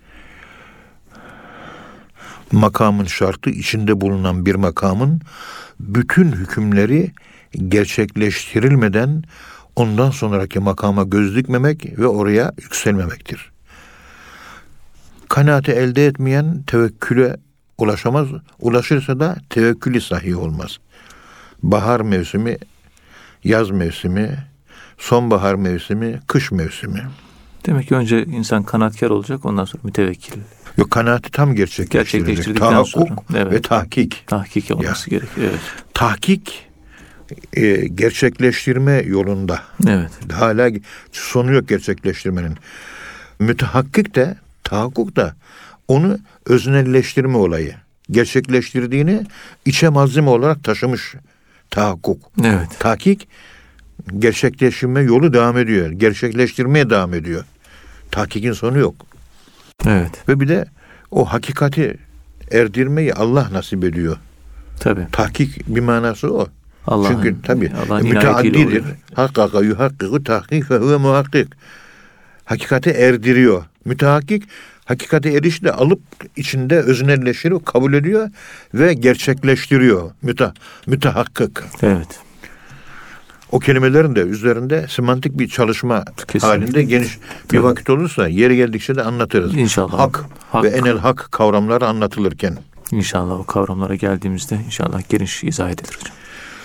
Speaker 2: makamın şartı, içinde bulunan bir makamın bütün hükümleri gerçekleştirilmeden ondan sonraki makama göz dikmemek ve oraya yükselmemektir. Kanaati elde etmeyen tevekküle ulaşamaz. Ulaşırsa da tevekkülü sahih olmaz. Bahar mevsimi, yaz mevsimi, sonbahar mevsimi, kış mevsimi.
Speaker 1: Demek ki önce insan kanaatkar olacak, ondan sonra mütevekkil.
Speaker 2: Yok, kanaati tam gerçekleştirecek.
Speaker 1: Tahakkuk
Speaker 2: ve tahkik.
Speaker 1: Tahkik olması gerekiyor. Evet.
Speaker 2: Tahkik gerçekleştirme yolunda.
Speaker 1: Evet.
Speaker 2: Hala sonu yok gerçekleştirmenin. Mütehakkik de, tahakkuk da onu öznelleştirme olayı. Gerçekleştirdiğini içe malzeme olarak taşımış tahakkuk.
Speaker 1: Evet.
Speaker 2: Tahkik gerçekleştirme yolu devam ediyor. Gerçekleştirmeye devam ediyor. Tahkikin sonu yok.
Speaker 1: Evet.
Speaker 2: Ve bir de o hakikati erdirmeyi Allah nasip ediyor.
Speaker 1: Tabii.
Speaker 2: Tahkik bir manası o. Çünkü tabii müteaddidir. Hakkaka yuhakkiku tahkik ve huve muhakkik. Hakikati erdiriyor. Mütehakkik hakikate erişle alıp içinde öznelleştiriyor, kabul ediyor ve gerçekleştiriyor. Mütehakkik.
Speaker 1: Evet.
Speaker 2: O kelimelerin de üzerinde semantik bir çalışma halinde geniş bir vakit olursa yeri geldikçe de anlatırız.
Speaker 1: İnşallah.
Speaker 2: Hak ve enel hak kavramları anlatılırken.
Speaker 1: İnşallah o kavramlara geldiğimizde inşallah geniş izah edilir hocam.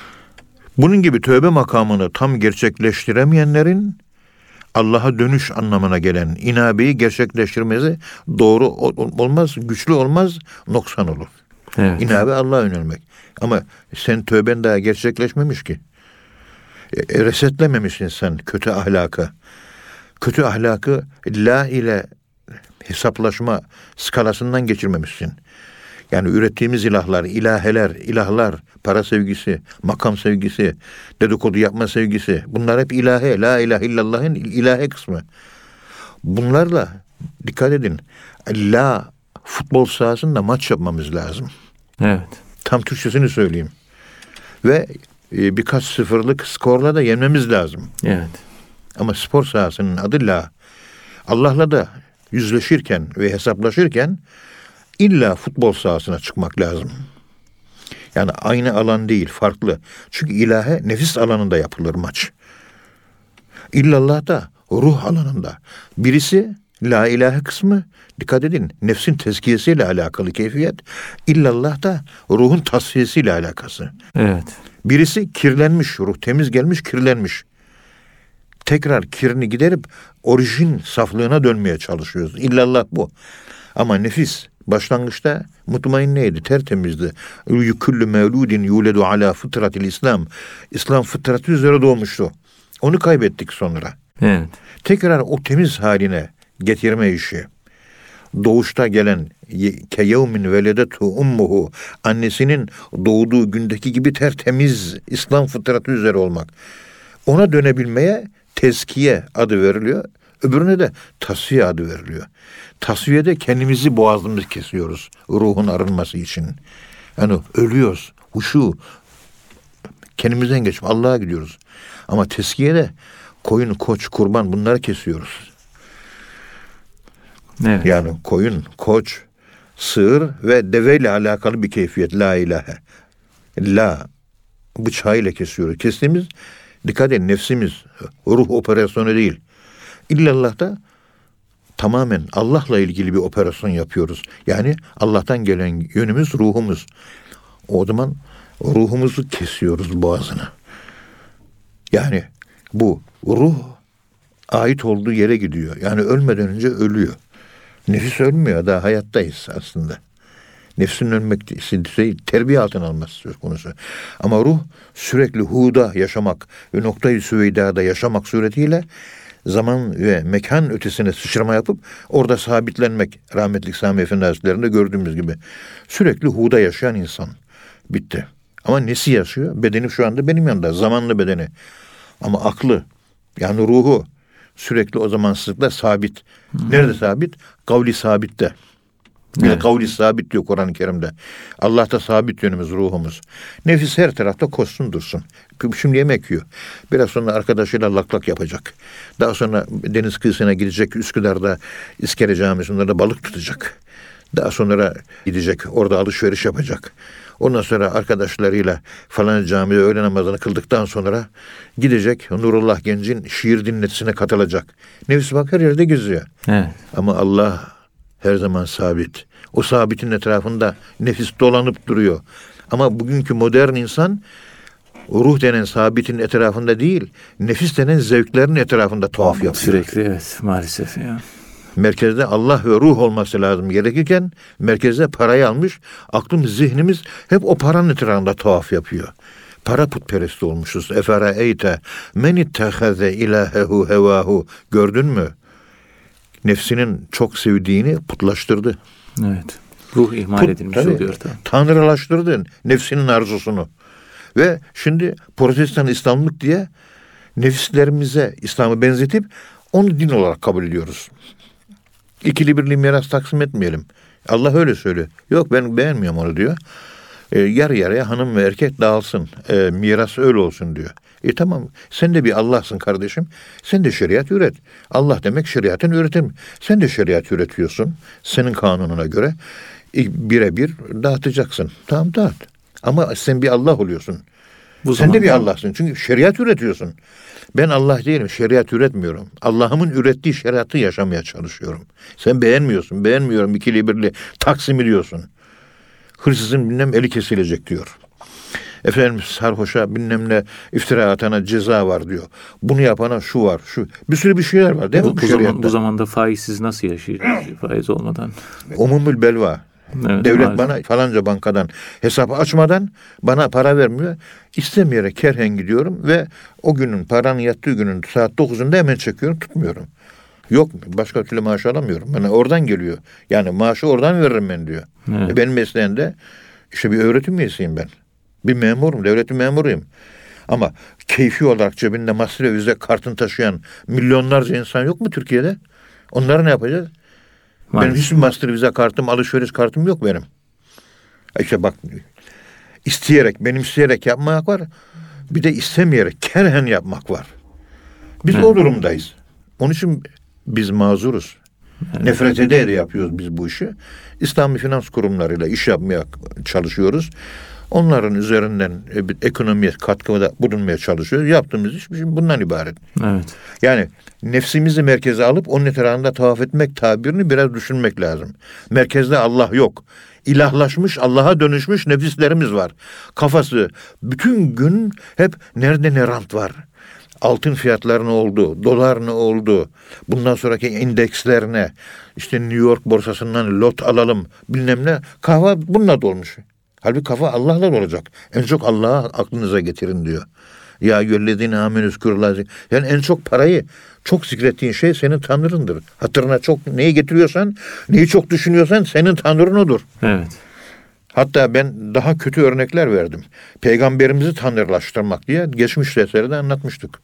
Speaker 2: Bunun gibi tövbe makamını tam gerçekleştiremeyenlerin Allah'a dönüş anlamına gelen inabeyi gerçekleştirmesi doğru olmaz, güçlü olmaz, noksan olur.
Speaker 1: Evet.
Speaker 2: İnabe Allah'a yönelmek. Ama sen tövben daha gerçekleşmemiş ki. Resetlememişsin sen kötü ahlakı. Kötü ahlakı la ile hesaplaşma skalasından geçirmemişsin. Yani ürettiğimiz ilahlar, ilaheler, ilahlar, para sevgisi, makam sevgisi, dedikodu yapma sevgisi, bunlar hep ilahe, la ilahe illallah'ın ilahe kısmı. Bunlarla dikkat edin, la futbol sahasında maç yapmamız lazım.
Speaker 1: Evet.
Speaker 2: Tam Türkçesini söyleyeyim. Ve birkaç sıfırlık skorla da yenmemiz lazım.
Speaker 1: Evet.
Speaker 2: Ama spor sahasının adı la. Allah'la da yüzleşirken ve hesaplaşırken illa futbol sahasına çıkmak lazım. Yani aynı alan değil, farklı. Çünkü ilahe nefis alanında yapılır maç. İllallah da ruh alanında. Birisi la ilahe kısmı, dikkat edin, nefsin tezkiyesiyle alakalı keyfiyet. İllallah da ruhun tasfiyesiyle alakası.
Speaker 1: Evet.
Speaker 2: Birisi kirlenmiş, ruh temiz gelmiş, kirlenmiş. Tekrar kirini giderip orijin saflığına dönmeye çalışıyoruz. İllallah bu. Ama nefis başlangıçta mutmainneydi, tertemizdi. Küllü mevludin yuledu ala fıtratil İslam. İslam fıtratı üzere doğmuştu. Onu kaybettik sonra.
Speaker 1: Evet.
Speaker 2: Tekrar o temiz haline getirme işi. Doğuşta gelen keyevmin veledetu ummuhu, annesinin doğduğu gündeki gibi tertemiz İslam fıtratı üzere olmak. Ona dönebilmeye tezkiye adı veriliyor. Öbürüne de tasfiye adı veriliyor. Tasfiyede kendimizi boğazımızı kesiyoruz ruhun arınması için. Yani ölüyoruz. Huşu. Kendimizden geçip Allah'a gidiyoruz. Ama tezkiyede koyun, koç, kurban bunları kesiyoruz.
Speaker 1: Evet.
Speaker 2: Yani koyun, koç, sığır ve deveyle alakalı bir keyfiyet. La ilahe. La. Bıçağıyla kesiyoruz. Kestiğimiz, dikkat edin, nefsimiz. Ruh operasyonu değil. İllallah da tamamen Allah'la ilgili bir operasyon yapıyoruz. Yani Allah'tan gelen yönümüz ruhumuz. O zaman ruhumuzu kesiyoruz boğazına. Yani bu ruh ait olduğu yere gidiyor. Yani ölmeden önce ölüyor. Nefis ölmüyor, daha hayattayız aslında. Nefsin ölmek terbiye altına alması söz konusu. Ama ruh sürekli huda yaşamak ve noktayı süveydada yaşamak suretiyle zaman ve mekan ötesine sıçrama yapıp orada sabitlenmek, rahmetli Sami Efendi Hazretleri'nde gördüğümüz gibi. Sürekli huda yaşayan insan. Bitti. Ama nesi yaşıyor? Bedeni şu anda benim yanında. Zamanlı bedeni. Ama aklı, yani ruhu sürekli o zamansızlıkla sabit. Nerede sabit? Kavli sabitte. Evet. Kavli sabit diyor Kur'an-ı Kerim'de. Allah'ta sabit yönümüz, ruhumuz. Nefis her tarafta koşsun dursun. Şimdi yemek yiyor. Biraz sonra arkadaşıyla lak yapacak. Daha sonra deniz kıyısına gidecek. Üsküdar'da İskele Camisi'nde de balık tutacak. Daha sonra gidecek. Orada alışveriş yapacak. Ondan sonra arkadaşlarıyla falan camide öğle namazını kıldıktan sonra gidecek. Nurullah Genç'in şiir dinletisine katılacak. Nefis bak her yerde geziyor.
Speaker 1: Evet.
Speaker 2: Ama Allah her zaman sabit. O sabitin etrafında nefis dolanıp duruyor. Ama bugünkü modern insan ruh denen sabitin etrafında değil, nefis denen zevklerin etrafında tuhaf yapıyor.
Speaker 1: Sürekli evet maalesef ya.
Speaker 2: Merkezde Allah ve ruh olması lazım gerekirken merkezde parayı almış, aklımız, zihnimiz hep o paranın etrafında tuhaf yapıyor. Para putperest olmuşuz. Efera eyte men ittehaze ilahehu hevahu. Gördün mü? Nefsinin çok sevdiğini putlaştırdı.
Speaker 1: Evet. Ruh ihmal edilmiş oluyor tabii.
Speaker 2: Tanrılaştırdı nefsinin arzusunu. Ve şimdi Protestan İslamlık diye nefislerimize İslam'ı benzetip onu din olarak kabul ediyoruz. İkili birliği miras taksim etmeyelim. Allah öyle söylüyor. Yok ben beğenmiyorum onu diyor. Yarı yarıya hanım ve erkek dağılsın. Miras öyle olsun diyor. Tamam sen de bir Allah'sın kardeşim. Sen de şeriat üret. Allah demek şeriatın üretim. Sen de şeriat üretiyorsun. Senin kanununa göre birebir dağıtacaksın. Tamam dağıt. Ama sen bir Allah oluyorsun. Sen de bir Allah'sın. Çünkü şeriat üretiyorsun. Ben Allah değilim. Şeriat üretmiyorum. Allah'ımın ürettiği şeriatı yaşamaya çalışıyorum. Sen beğenmiyorsun. Beğenmiyorum. İkili birli taksim ediyorsun. Hırsızın bilmem eli kesilecek diyor. Efendim sarhoşa bilmem ne iftira atana ceza var diyor. Bunu yapana şu var. Şu. Bir sürü bir şeyler var değil mi bu şeriatta?
Speaker 1: Bu zamanda faizsiz nasıl yaşayacağız? Faiz olmadan.
Speaker 2: Umumül belva.
Speaker 1: Evet,
Speaker 2: Devlet
Speaker 1: maalesef.
Speaker 2: bana falanca bankadan hesap açmadan bana para vermiyor. İstemeyerek kerhen gidiyorum ve o günün paranın yattığı günün saat 9'unda hemen çekiyorum, tutmuyorum. Yok, başka türlü maaş alamıyorum. Yani oradan geliyor. Yani maaşı oradan veririm ben diyor.
Speaker 1: Evet.
Speaker 2: Benim mesleğimde işte bir öğretim üyesiyim ben. Bir memurum, devletin memuruyum. Ama keyfi olarak cebinde masraf vize kartını taşıyan milyonlarca insan yok mu Türkiye'de? Onları ne yapacağız?
Speaker 1: Maalesef.
Speaker 2: Benim hiçbir master vize kartım, alışveriş kartım yok benim. İşte bak, isteyerek, benimseyerek yapmak var. Bir de istemeyerek, kerhen yapmak var. Biz o durumdayız. Onun için biz mazuruz. Nefret ede yapıyoruz biz bu işi. İslami finans kurumlarıyla iş yapmaya çalışıyoruz. Onların üzerinden ekonomiye katkıda bulunmaya çalışıyoruz. Yaptığımız iş bundan ibaret.
Speaker 1: Evet.
Speaker 2: Yani nefsimizi merkeze alıp onun etrafında tavaf etmek tabirini biraz düşünmek lazım. Merkezde Allah yok. İlahlaşmış, Allah'a dönüşmüş nefislerimiz var. Kafası bütün gün hep nerede ne rant var. Altın fiyatları ne oldu? Dolar ne oldu? Bundan sonraki indeksler ne? İşte New York borsasından lot alalım bilmem ne. Kafa bununla dolmuş. Halbuki kafa Allah'la olacak. En çok Allah'a aklınıza getirin diyor. Ya yüllezine amenüskürlâzi. Yani en çok parayı çok zikrettiğin şey senin Tanrındır. Hatırına çok neyi getiriyorsan, neyi çok düşünüyorsan senin Tanrın odur.
Speaker 1: Evet.
Speaker 2: Hatta ben daha kötü örnekler verdim. Peygamberimizi tanrılaştırmak diye geçmiş derslerde anlatmıştık.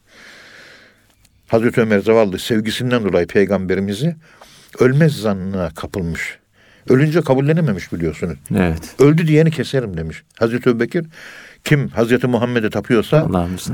Speaker 2: Hazreti Ömer zavallı sevgisinden dolayı peygamberimizi ölmez zannına kapılmış. Ölünce kabullenememiş biliyorsunuz.
Speaker 1: Evet.
Speaker 2: Öldü diyeni keserim demiş. Hazreti Ebubekir kim Hazreti Muhammed'e tapıyorsa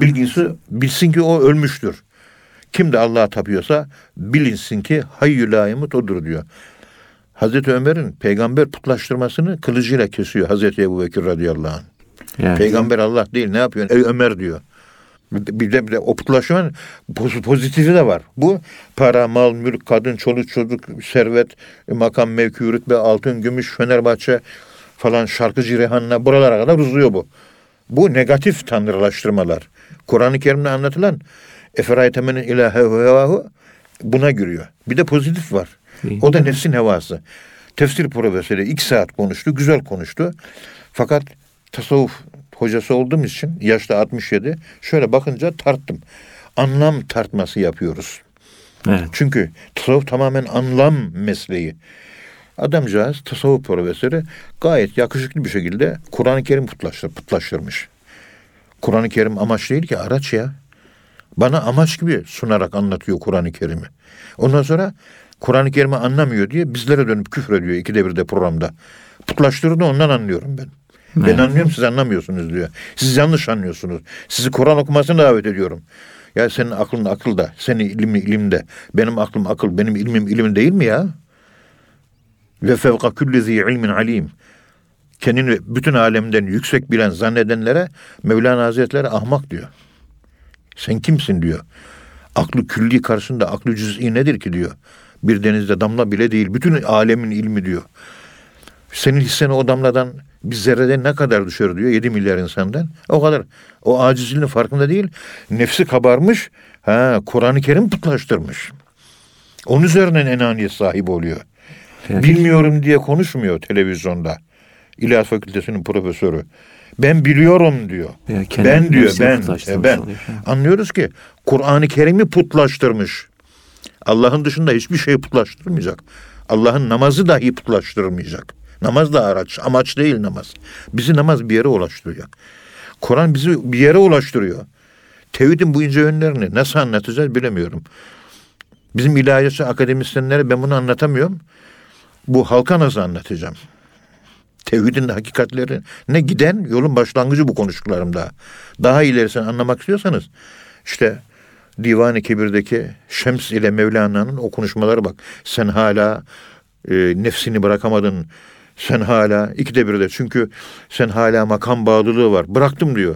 Speaker 2: bilsin ki o ölmüştür. Kim de Allah'a tapıyorsa bilinsin ki hayyü la yemut odur diyor. Hazreti Ömer'in peygamber putlaştırmasını kılıcıyla kesiyor Hazreti Ebubekir radıyallahu anh.
Speaker 1: Yani.
Speaker 2: Peygamber Allah değil, ne yapıyorsun? Ey Ömer diyor. Bir de o putlaşmanın pozitifi de var. Bu para, mal, mülk, kadın, çoluk, çocuk, servet, makam, mevki, rütbe, altın, gümüş, Fenerbahçe falan, şarkıcı Rihanna buralara kadar uzuyor bu. Bu negatif tanrılaştırmalar. Kur'an-ı Kerim'de anlatılan eferaytemenin ilahe hevahu buna giriyor. Bir de pozitif var. O da nefsin hevası. Tefsir profesörü 2 saat konuştu, güzel konuştu. Fakat tasavvuf hocası olduğum için yaşta 67 şöyle bakınca tarttım. Anlam tartması yapıyoruz.
Speaker 1: Evet.
Speaker 2: Çünkü tasavvuf tamamen anlam mesleği. Adamcağız tasavvuf profesörü gayet yakışıklı bir şekilde Kur'an-ı Kerim putlaştırmış. Kur'an-ı Kerim amaç değil ki, araç ya. Bana amaç gibi sunarak anlatıyor Kur'an-ı Kerim'i. Ondan sonra Kur'an-ı Kerim'i anlamıyor diye bizlere dönüp küfür ediyor 2'de 1'de programda. Putlaştırdığını ondan anlıyorum ben. Evet. Ben anlıyorum, siz anlamıyorsunuz diyor. Siz yanlış anlıyorsunuz. Sizi Kur'an okumasına davet ediyorum. Ya senin aklın akılda, senin ilmin ilimde. Benim aklım akıl, benim ilmim ilim değil mi ya? Ve fevka külli zi ilmin alim. Kendini bütün alemden yüksek bilen zannedenlere Mevlana Hazretleri ahmak diyor. Sen kimsin diyor. Aklı külli karşısında aklı cüz'i nedir ki diyor. Bir denizde damla bile değil. Bütün alemin ilmi diyor. Senin hisseni o damladan bir zerreden ne kadar düşer diyor. 7 milyar insandan. O kadar. O acizliğinin farkında değil. Nefsi kabarmış. Kur'an-ı Kerim putlaştırmış. Onun üzerinden enaniyet sahibi oluyor. Evet. Bilmiyorum diye konuşmuyor televizyonda. İlahiyat Fakültesi'nin profesörü. Ben biliyorum diyor. Ben diyor, ben. Anlıyoruz ki Kur'an-ı Kerim'i putlaştırmış. Allah'ın dışında hiçbir şey putlaştırmayacak. Allah'ın namazı dahi putlaştırmayacak. Namaz da araç, amaç değil namaz. Bizi namaz bir yere ulaştırıyor. Kur'an bizi bir yere ulaştırıyor. Tevhidin bu ince yönlerini nasıl anlatacağız bilemiyorum. Bizim ilahiyatçı akademisyenlere ben bunu anlatamıyorum. Bu halka nasıl anlatacağım? Tevhidin hakikatleri ne giden yolun başlangıcı bu konuştuklarımda. Daha ilerisini anlamak istiyorsanız işte Divan-ı Kebir'deki Şems ile Mevlana'nın o konuşmaları bak. Sen hala nefsini bırakamadın. Sen hala 2'de 1'de çünkü sen hala makam bağlılığı var. Bıraktım diyor.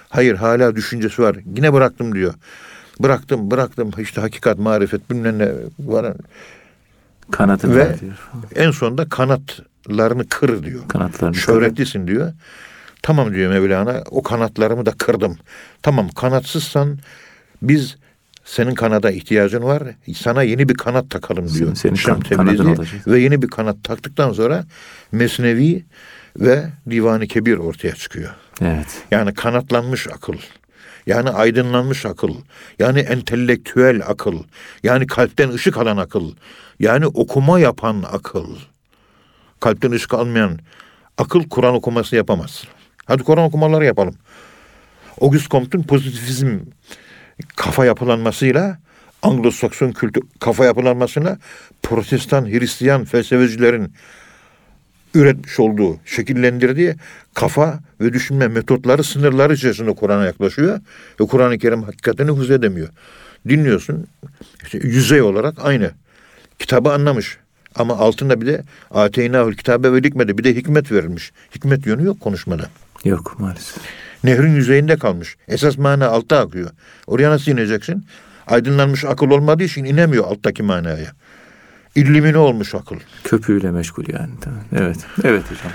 Speaker 2: Hayır, hala düşüncesi var. Yine bıraktım diyor. Bıraktım. İşte hakikat, marifet bilmem ne var.
Speaker 1: Kanatını
Speaker 2: Ve
Speaker 1: diyor.
Speaker 2: en sonunda kanatlarını kır diyor.
Speaker 1: Kanatlarını
Speaker 2: Şöhretlisin diyor. Tamam diyor Mevlana, o kanatlarımı da kırdım. Tamam, kanatsızsan biz, senin kanada ihtiyacın var. Sana yeni bir kanat takalım diyor.
Speaker 1: Senin
Speaker 2: Şam
Speaker 1: kanadın
Speaker 2: Tebrizi.
Speaker 1: olacak.
Speaker 2: Ve yeni bir kanat taktıktan sonra Mesnevi ve Divan-ı Kebir ortaya çıkıyor.
Speaker 1: Evet.
Speaker 2: Yani kanatlanmış akıl. Yani aydınlanmış akıl. Yani entelektüel akıl. Yani kalpten ışık alan akıl. Yani okuma yapan akıl. Kalpten ışık almayan akıl Kur'an okuması yapamaz. Hadi Kur'an okumaları yapalım. Auguste Comte'un pozitivizm kafa yapılanmasıyla, Anglo-Sakson kültür kafa yapılanmasıyla Protestan, Hristiyan felsefecilerin üretmiş olduğu, şekillendirdiği kafa ve düşünme metotları, sınırları içerisinde Kur'an'a yaklaşıyor ve Kur'an-ı Kerim hakikatini huz edemiyor. Dinliyorsun, işte yüzey olarak aynı. Kitabı anlamış ama altında bir de Ateynâhul kitabe ve hikmete, bir de hikmet verilmiş. Hikmet yönü yok konuşmada.
Speaker 1: Yok maalesef.
Speaker 2: Nehrin yüzeyinde kalmış. Esas mana altta akıyor. Oraya nasıl ineceksin? Aydınlanmış akıl olmadığı için inemiyor alttaki manaya. İllimine olmuş akıl.
Speaker 1: Köpüğüyle meşgul yani. Tamam. Evet. Evet hocam.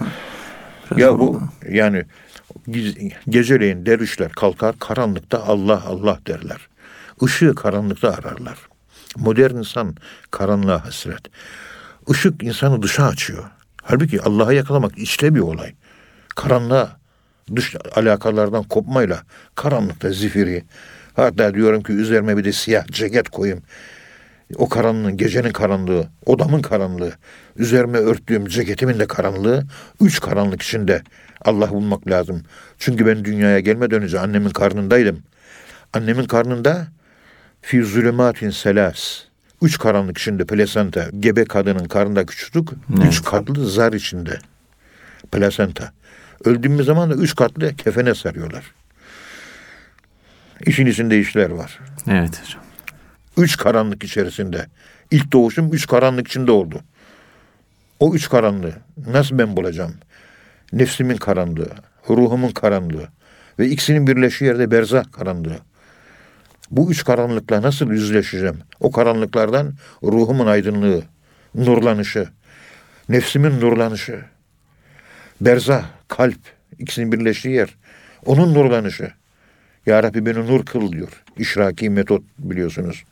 Speaker 2: Ya bu yani geceleyin dervişler kalkar, karanlıkta Allah Allah derler. Işığı karanlıkta ararlar. Modern insan karanlığa hasret. Işık insanı dışa açıyor. Halbuki Allah'a yakalamak içte bir olay. Karanlığa, dış alakalardan kopmayla karanlıkta zifiri. Hatta diyorum ki üzerime bir de siyah ceket koyayım. O karanlığın, gecenin karanlığı, odamın karanlığı, üzerime örttüğüm ceketimin de karanlığı, 3 karanlık içinde Allah bulmak lazım. Çünkü ben dünyaya gelmeden önce annemin karnındaydım. Annemin karnında fi zulümatin selas. 3 karanlık içinde plasenta. Gebe kadının karnında küçücük, 3 katlı zar içinde. Plasenta. Öldüğümüz zaman da 3 katlı kefene sarıyorlar. İşin içinde işler var.
Speaker 1: Evet hocam.
Speaker 2: 3 karanlık içerisinde. İlk doğuşum 3 karanlık içinde oldu. O 3 karanlığı nasıl ben bulacağım? Nefsimin karanlığı, ruhumun karanlığı ve ikisinin birleştiği yerde berzah karanlığı. Bu 3 karanlıkla nasıl yüzleşeceğim? O karanlıklardan ruhumun aydınlığı, nurlanışı, nefsimin nurlanışı, berzah, kalp, ikisinin birleştiği yer, onun nurlanışı. Ya Rabbi beni nur kıl diyor. İşraki metot biliyorsunuz.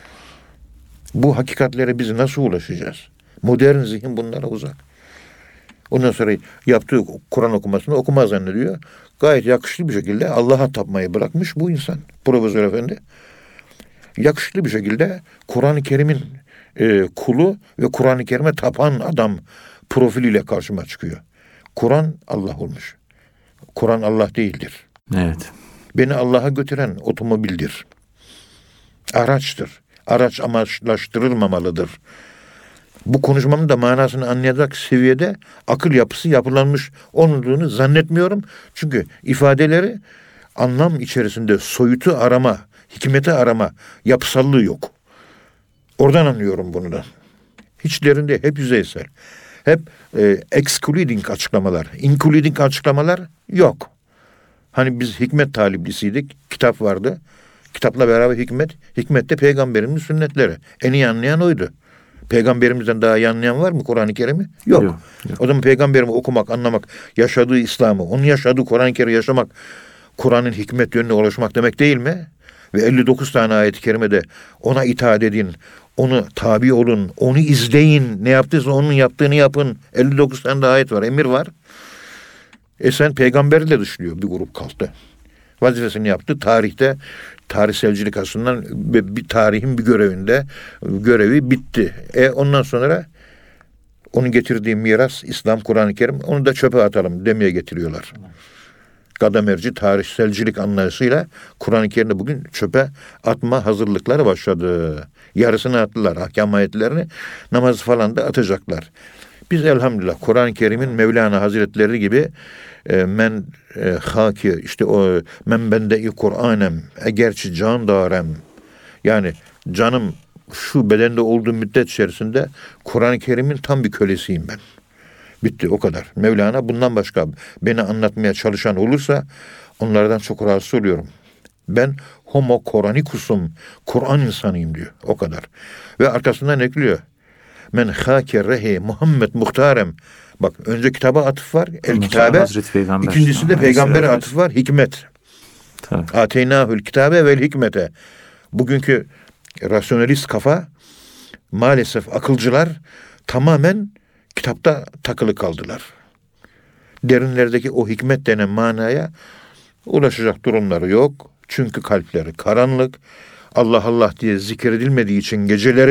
Speaker 2: Bu hakikatlere biz nasıl ulaşacağız? Modern zihin bunlara uzak. Ondan sonra yaptığı Kur'an okumasını okumaz zannediyor. Gayet yakışıklı bir şekilde Allah'a tapmayı bırakmış bu insan. Profesör Efendi. Yakışıklı bir şekilde Kur'an-ı Kerim'in kulu ve Kur'an-ı Kerim'e tapan adam profiliyle karşıma çıkıyor. Kur'an Allah olmuş. Kur'an Allah değildir.
Speaker 1: Evet.
Speaker 2: Beni Allah'a götüren otomobildir. Araçtır. Araç amaçlaştırılmamalıdır. Bu konuşmamın da manasını anlayacak seviyede akıl yapısı yapılanmış olduğunu zannetmiyorum. Çünkü ifadeleri anlam içerisinde soyutu arama, hikmeti arama yapısallığı yok. Oradan anlıyorum bunu da. Hiçlerinde hep yüzeysel. Hep excluding açıklamalar, including açıklamalar yok. Hani biz hikmet taliblisiydik. Kitap vardı. Kitapla beraber hikmet. Hikmet de peygamberimizin sünnetleri. En iyi anlayan oydu. Peygamberimizden daha iyi anlayan var mı Kur'an-ı Kerim'i? Yok. O zaman peygamberimi okumak, anlamak, yaşadığı İslam'ı, onun yaşadığı Kur'an-ı Kerim'i yaşamak, Kur'an'ın hikmet yönüne ulaşmak demek değil mi? Ve 59 tane ayet-i kerimede ona itaat edin, onu tabi olun, onu izleyin, ne yaptıysa onun yaptığını yapın. 59 tane de ayet var, emir var. Sen peygamberle dışlıyor bir grup kalktı. Vazifesini yaptı. Tarihselcilik açısından bir tarihin bir görevi bitti. Ondan sonra onun getirdiği miras İslam, Kur'an-ı Kerim, onu da çöpe atalım demeye getiriyorlar. Gadamerci tarihselcilik anlayışıyla Kur'an-ı Kerim'de bugün çöpe atma hazırlıkları başladı. Yarısını attılar. Ahkam ayetlerini, namazı falan da atacaklar. Biz elhamdülillah Kur'an-ı Kerim'in Mevlana Hazretleri gibi men haki işte o men bende-i Kur'anem egerçi can darem, yani canım şu bedende olduğu müddet içerisinde Kur'an-ı Kerim'in tam bir kölesiyim ben. Bitti, o kadar. Mevlana bundan başka beni anlatmaya çalışan olursa onlardan çok rahatsız oluyorum. Ben homo Koranikus'um, Kur'an insanıyım diyor. O kadar. Ve arkasından ekliyor. Men hâke rehe Muhammed muhtarem. Bak, önce kitaba atıf var. El kitabe. İkincisinde peygambere atıf var. Hikmet. Ateynâhül kitabe vel hikmete. Bugünkü rasyonalist kafa, maalesef akılcılar tamamen kitapta takılı kaldılar. Derinlerdeki o hikmet denen manaya ulaşacak durumları yok. Çünkü kalpleri karanlık. Allah Allah diye zikredilmediği için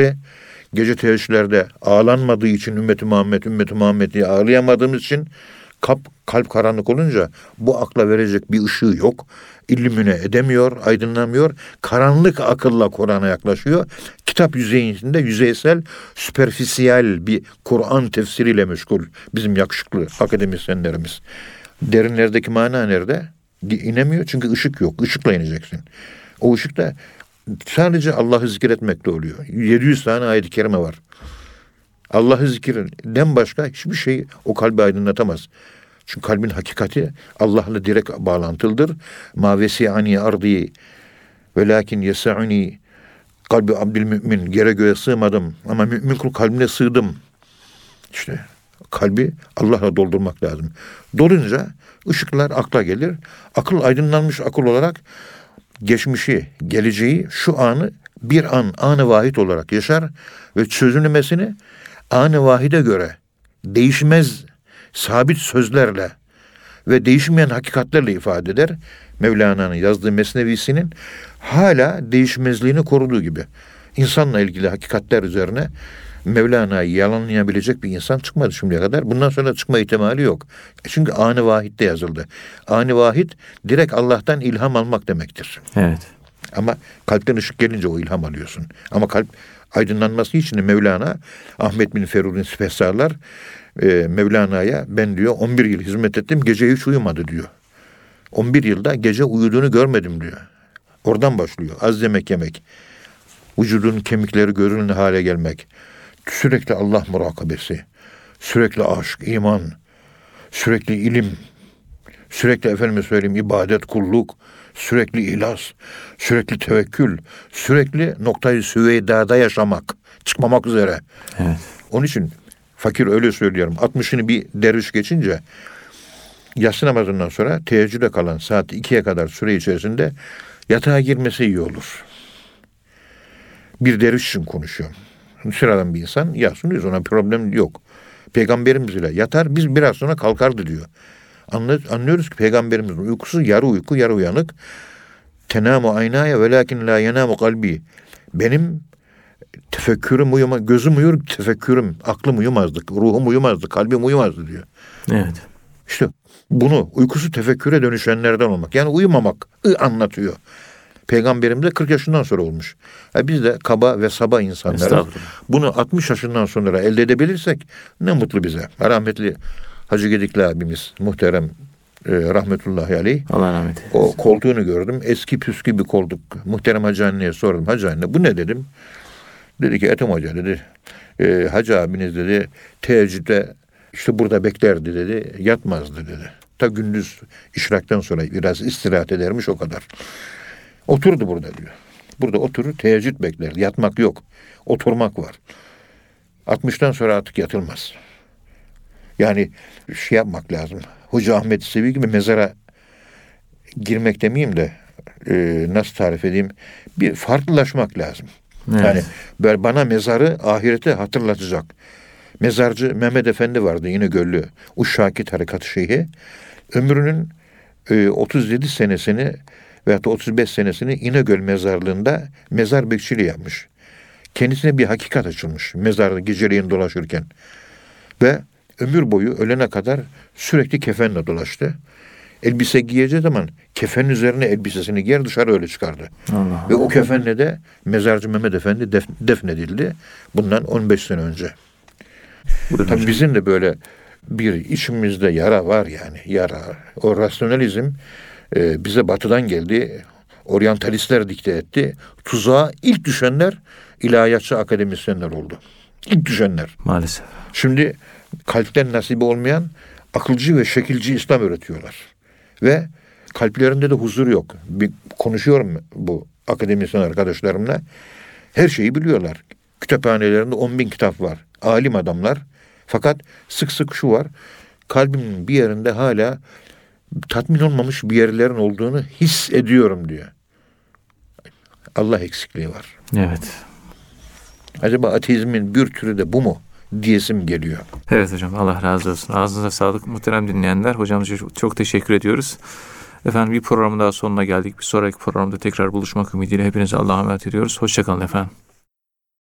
Speaker 2: gece teheccüdlerde ağlanmadığı için ümmeti Muhammed diye ağlayamadığımız için kalp karanlık olunca bu akla verecek bir ışığı yok. İllümine edemiyor, aydınlamıyor. Karanlık akılla Kur'an'a yaklaşıyor. Kitap yüzeyinde yüzeysel, süperfisiyel bir Kur'an tefsiriyle meşgul bizim yakışıklı akademisyenlerimiz. Derinlerdeki mana nerede? İnemiyor çünkü ışık yok. Işıkla ineceksin. O ışık da sadece Allah'ı zikretmekle oluyor. 700 tane ayet-i kerime var. Allah'ı zikirden başka hiçbir şey o kalbi aydınlatamaz. Çünkü kalbin hakikati Allah'la direkt bağlantılıdır. Ma vesi'ani ardi velakin yes'uni kalbi abdül mümin. Yere göğe sığmadım ama mümin kul kalbine sığdım. İşte kalbi Allah'la doldurmak lazım. Dolunca ışıklar akla gelir. Akıl aydınlanmış akıl olarak geçmişi, geleceği, şu anı bir anı vahid olarak yaşar ve çözümlemesini anı vahide göre değişmez sabit sözlerle ve değişmeyen hakikatlerle ifade eder. Mevlana'nın yazdığı Mesnevisinin hala değişmezliğini koruduğu gibi. İnsanla ilgili hakikatler üzerine Mevlana'yı yalanlayabilecek bir insan çıkmadı şimdiye kadar. Bundan sonra çıkma ihtimali yok. Çünkü an-ı vahid'de yazıldı. An-ı vahid direkt Allah'tan ilham almak demektir.
Speaker 1: Evet.
Speaker 2: Ama kalpten ışık gelince o ilham alıyorsun. Ama kalp aydınlanması için de Mevlana, Ahmet bin Ferud'un Spesarlar Mevlana'ya ben diyor 11 yıl hizmet ettim, gece hiç uyumadı diyor. 11 yılda gece uyuduğunu görmedim diyor. Oradan başlıyor. Az yemek. Vücudun kemikleri görünür hale gelmek. Sürekli Allah murakabesi. Sürekli aşk, iman. Sürekli ilim. Sürekli efendime söyleyeyim ibadet, kulluk. Sürekli ihlas. Sürekli tevekkül. Sürekli noktayı süveydada yaşamak. Çıkmamak üzere.
Speaker 1: Evet.
Speaker 2: Onun için fakir öyle söylüyorum. 60'ını bir derviş geçince yatsı namazından sonra teheccüde kalan saat 2'ye kadar süre içerisinde yatağa girmesi iyi olur. Bir derviş için konuşuyorum. Sıradan bir insan yatsın diyoruz, ona problem yok. Peygamberimiz ile yatar, biz biraz sonra kalkardı diyor. Anlıyoruz ki peygamberimizin uykusu yarı uyku yarı uyanık. Tenamu aynaya velakin la yenamu kalbi. Benim tefekkürüm uyumaz, gözüm uyur, tefekkürüm, aklım uyumazdı, ruhum uyumazdı, kalbim uyumazdı diyor.
Speaker 1: Evet.
Speaker 2: İşte bunu uykusu tefekküre dönüşenlerden olmak. Yani uyumamak anlatıyor. Peygamberimiz de 40 yaşından sonra olmuş. Biz de kaba ve saba insanlarız. Bunu 60 yaşından sonra elde edebilirsek ne mutlu bize. Rahmetli Hacı Gedikli abimiz, muhterem rahmetullahi aleyh.
Speaker 1: Allah rahmet eylesin.
Speaker 2: O koltuğunu gördüm. Eski püskü bir koltuk. Muhterem Hacı anneye sordum. Hacı anne bu ne dedim. Dedi ki Ethem Hoca dedi. Hacı abiniz dedi teheccüde işte burada beklerdi dedi. Yatmazdı dedi. Ta gündüz işraktan sonra biraz istirahat edermiş o kadar. Oturdu burada diyor. Burada oturur teheccüd bekler. Yatmak yok. Oturmak var. 60'tan sonra artık yatılmaz. Yani şey yapmak lazım. Hoca Ahmet Sevi gibi mezara girmek demeyeyim de nasıl tarif edeyim? Bir farklılaşmak lazım. Evet. Yani böyle bana mezarı ahirete hatırlatacak. Mezarcı Mehmet Efendi vardı yine Göllü. Uşşaki Tarikatı Şeyhi. Ömrünün 37 senesini veyahut da 35 senesini İnegöl mezarlığında mezar bekçiliği yapmış. Kendisine bir hakikat açılmış mezarda geceleyin dolaşırken. Ve ömür boyu ölene kadar sürekli kefenle dolaştı. Elbise giyeceği zaman kefenin üzerine elbisesini giyer dışarı öyle çıkardı.
Speaker 1: Allah.
Speaker 2: Ve o kefenle de mezarcı Mehmet Efendi defnedildi. Bundan 15 sene önce. Tabii bizim de böyle bir içimizde yara var yani yara. O rasyonalizm bize batıdan geldi. Oryantalistler dikte etti. Tuzağa ilk düşenler ilahiyatçı akademisyenler oldu. İlk düşenler.
Speaker 1: Maalesef.
Speaker 2: Şimdi kalpten nasibi olmayan akılcı ve şekilci İslam öğretiyorlar. Ve kalplerinde de huzur yok. Bir konuşuyorum bu akademisyen arkadaşlarımla. Her şeyi biliyorlar. Kütüphanelerinde 10.000 kitap var. Alim adamlar. Fakat sık sık şu var. Kalbimin bir yerinde hala tatmin olmamış bir yerlerin olduğunu hissediyorum diyor. Allah eksikliği var.
Speaker 1: Evet.
Speaker 2: Acaba ateizmin bir türü de bu mu diyesim geliyor.
Speaker 1: Evet hocam, Allah razı olsun. Ağzınıza sağlık muhterem dinleyenler. Hocamıza çok teşekkür ediyoruz. Efendim bir programın daha sonuna geldik. Bir sonraki programda tekrar buluşmak ümidiyle hepinize Allah'a emanet ediyoruz. Hoşçakalın efendim.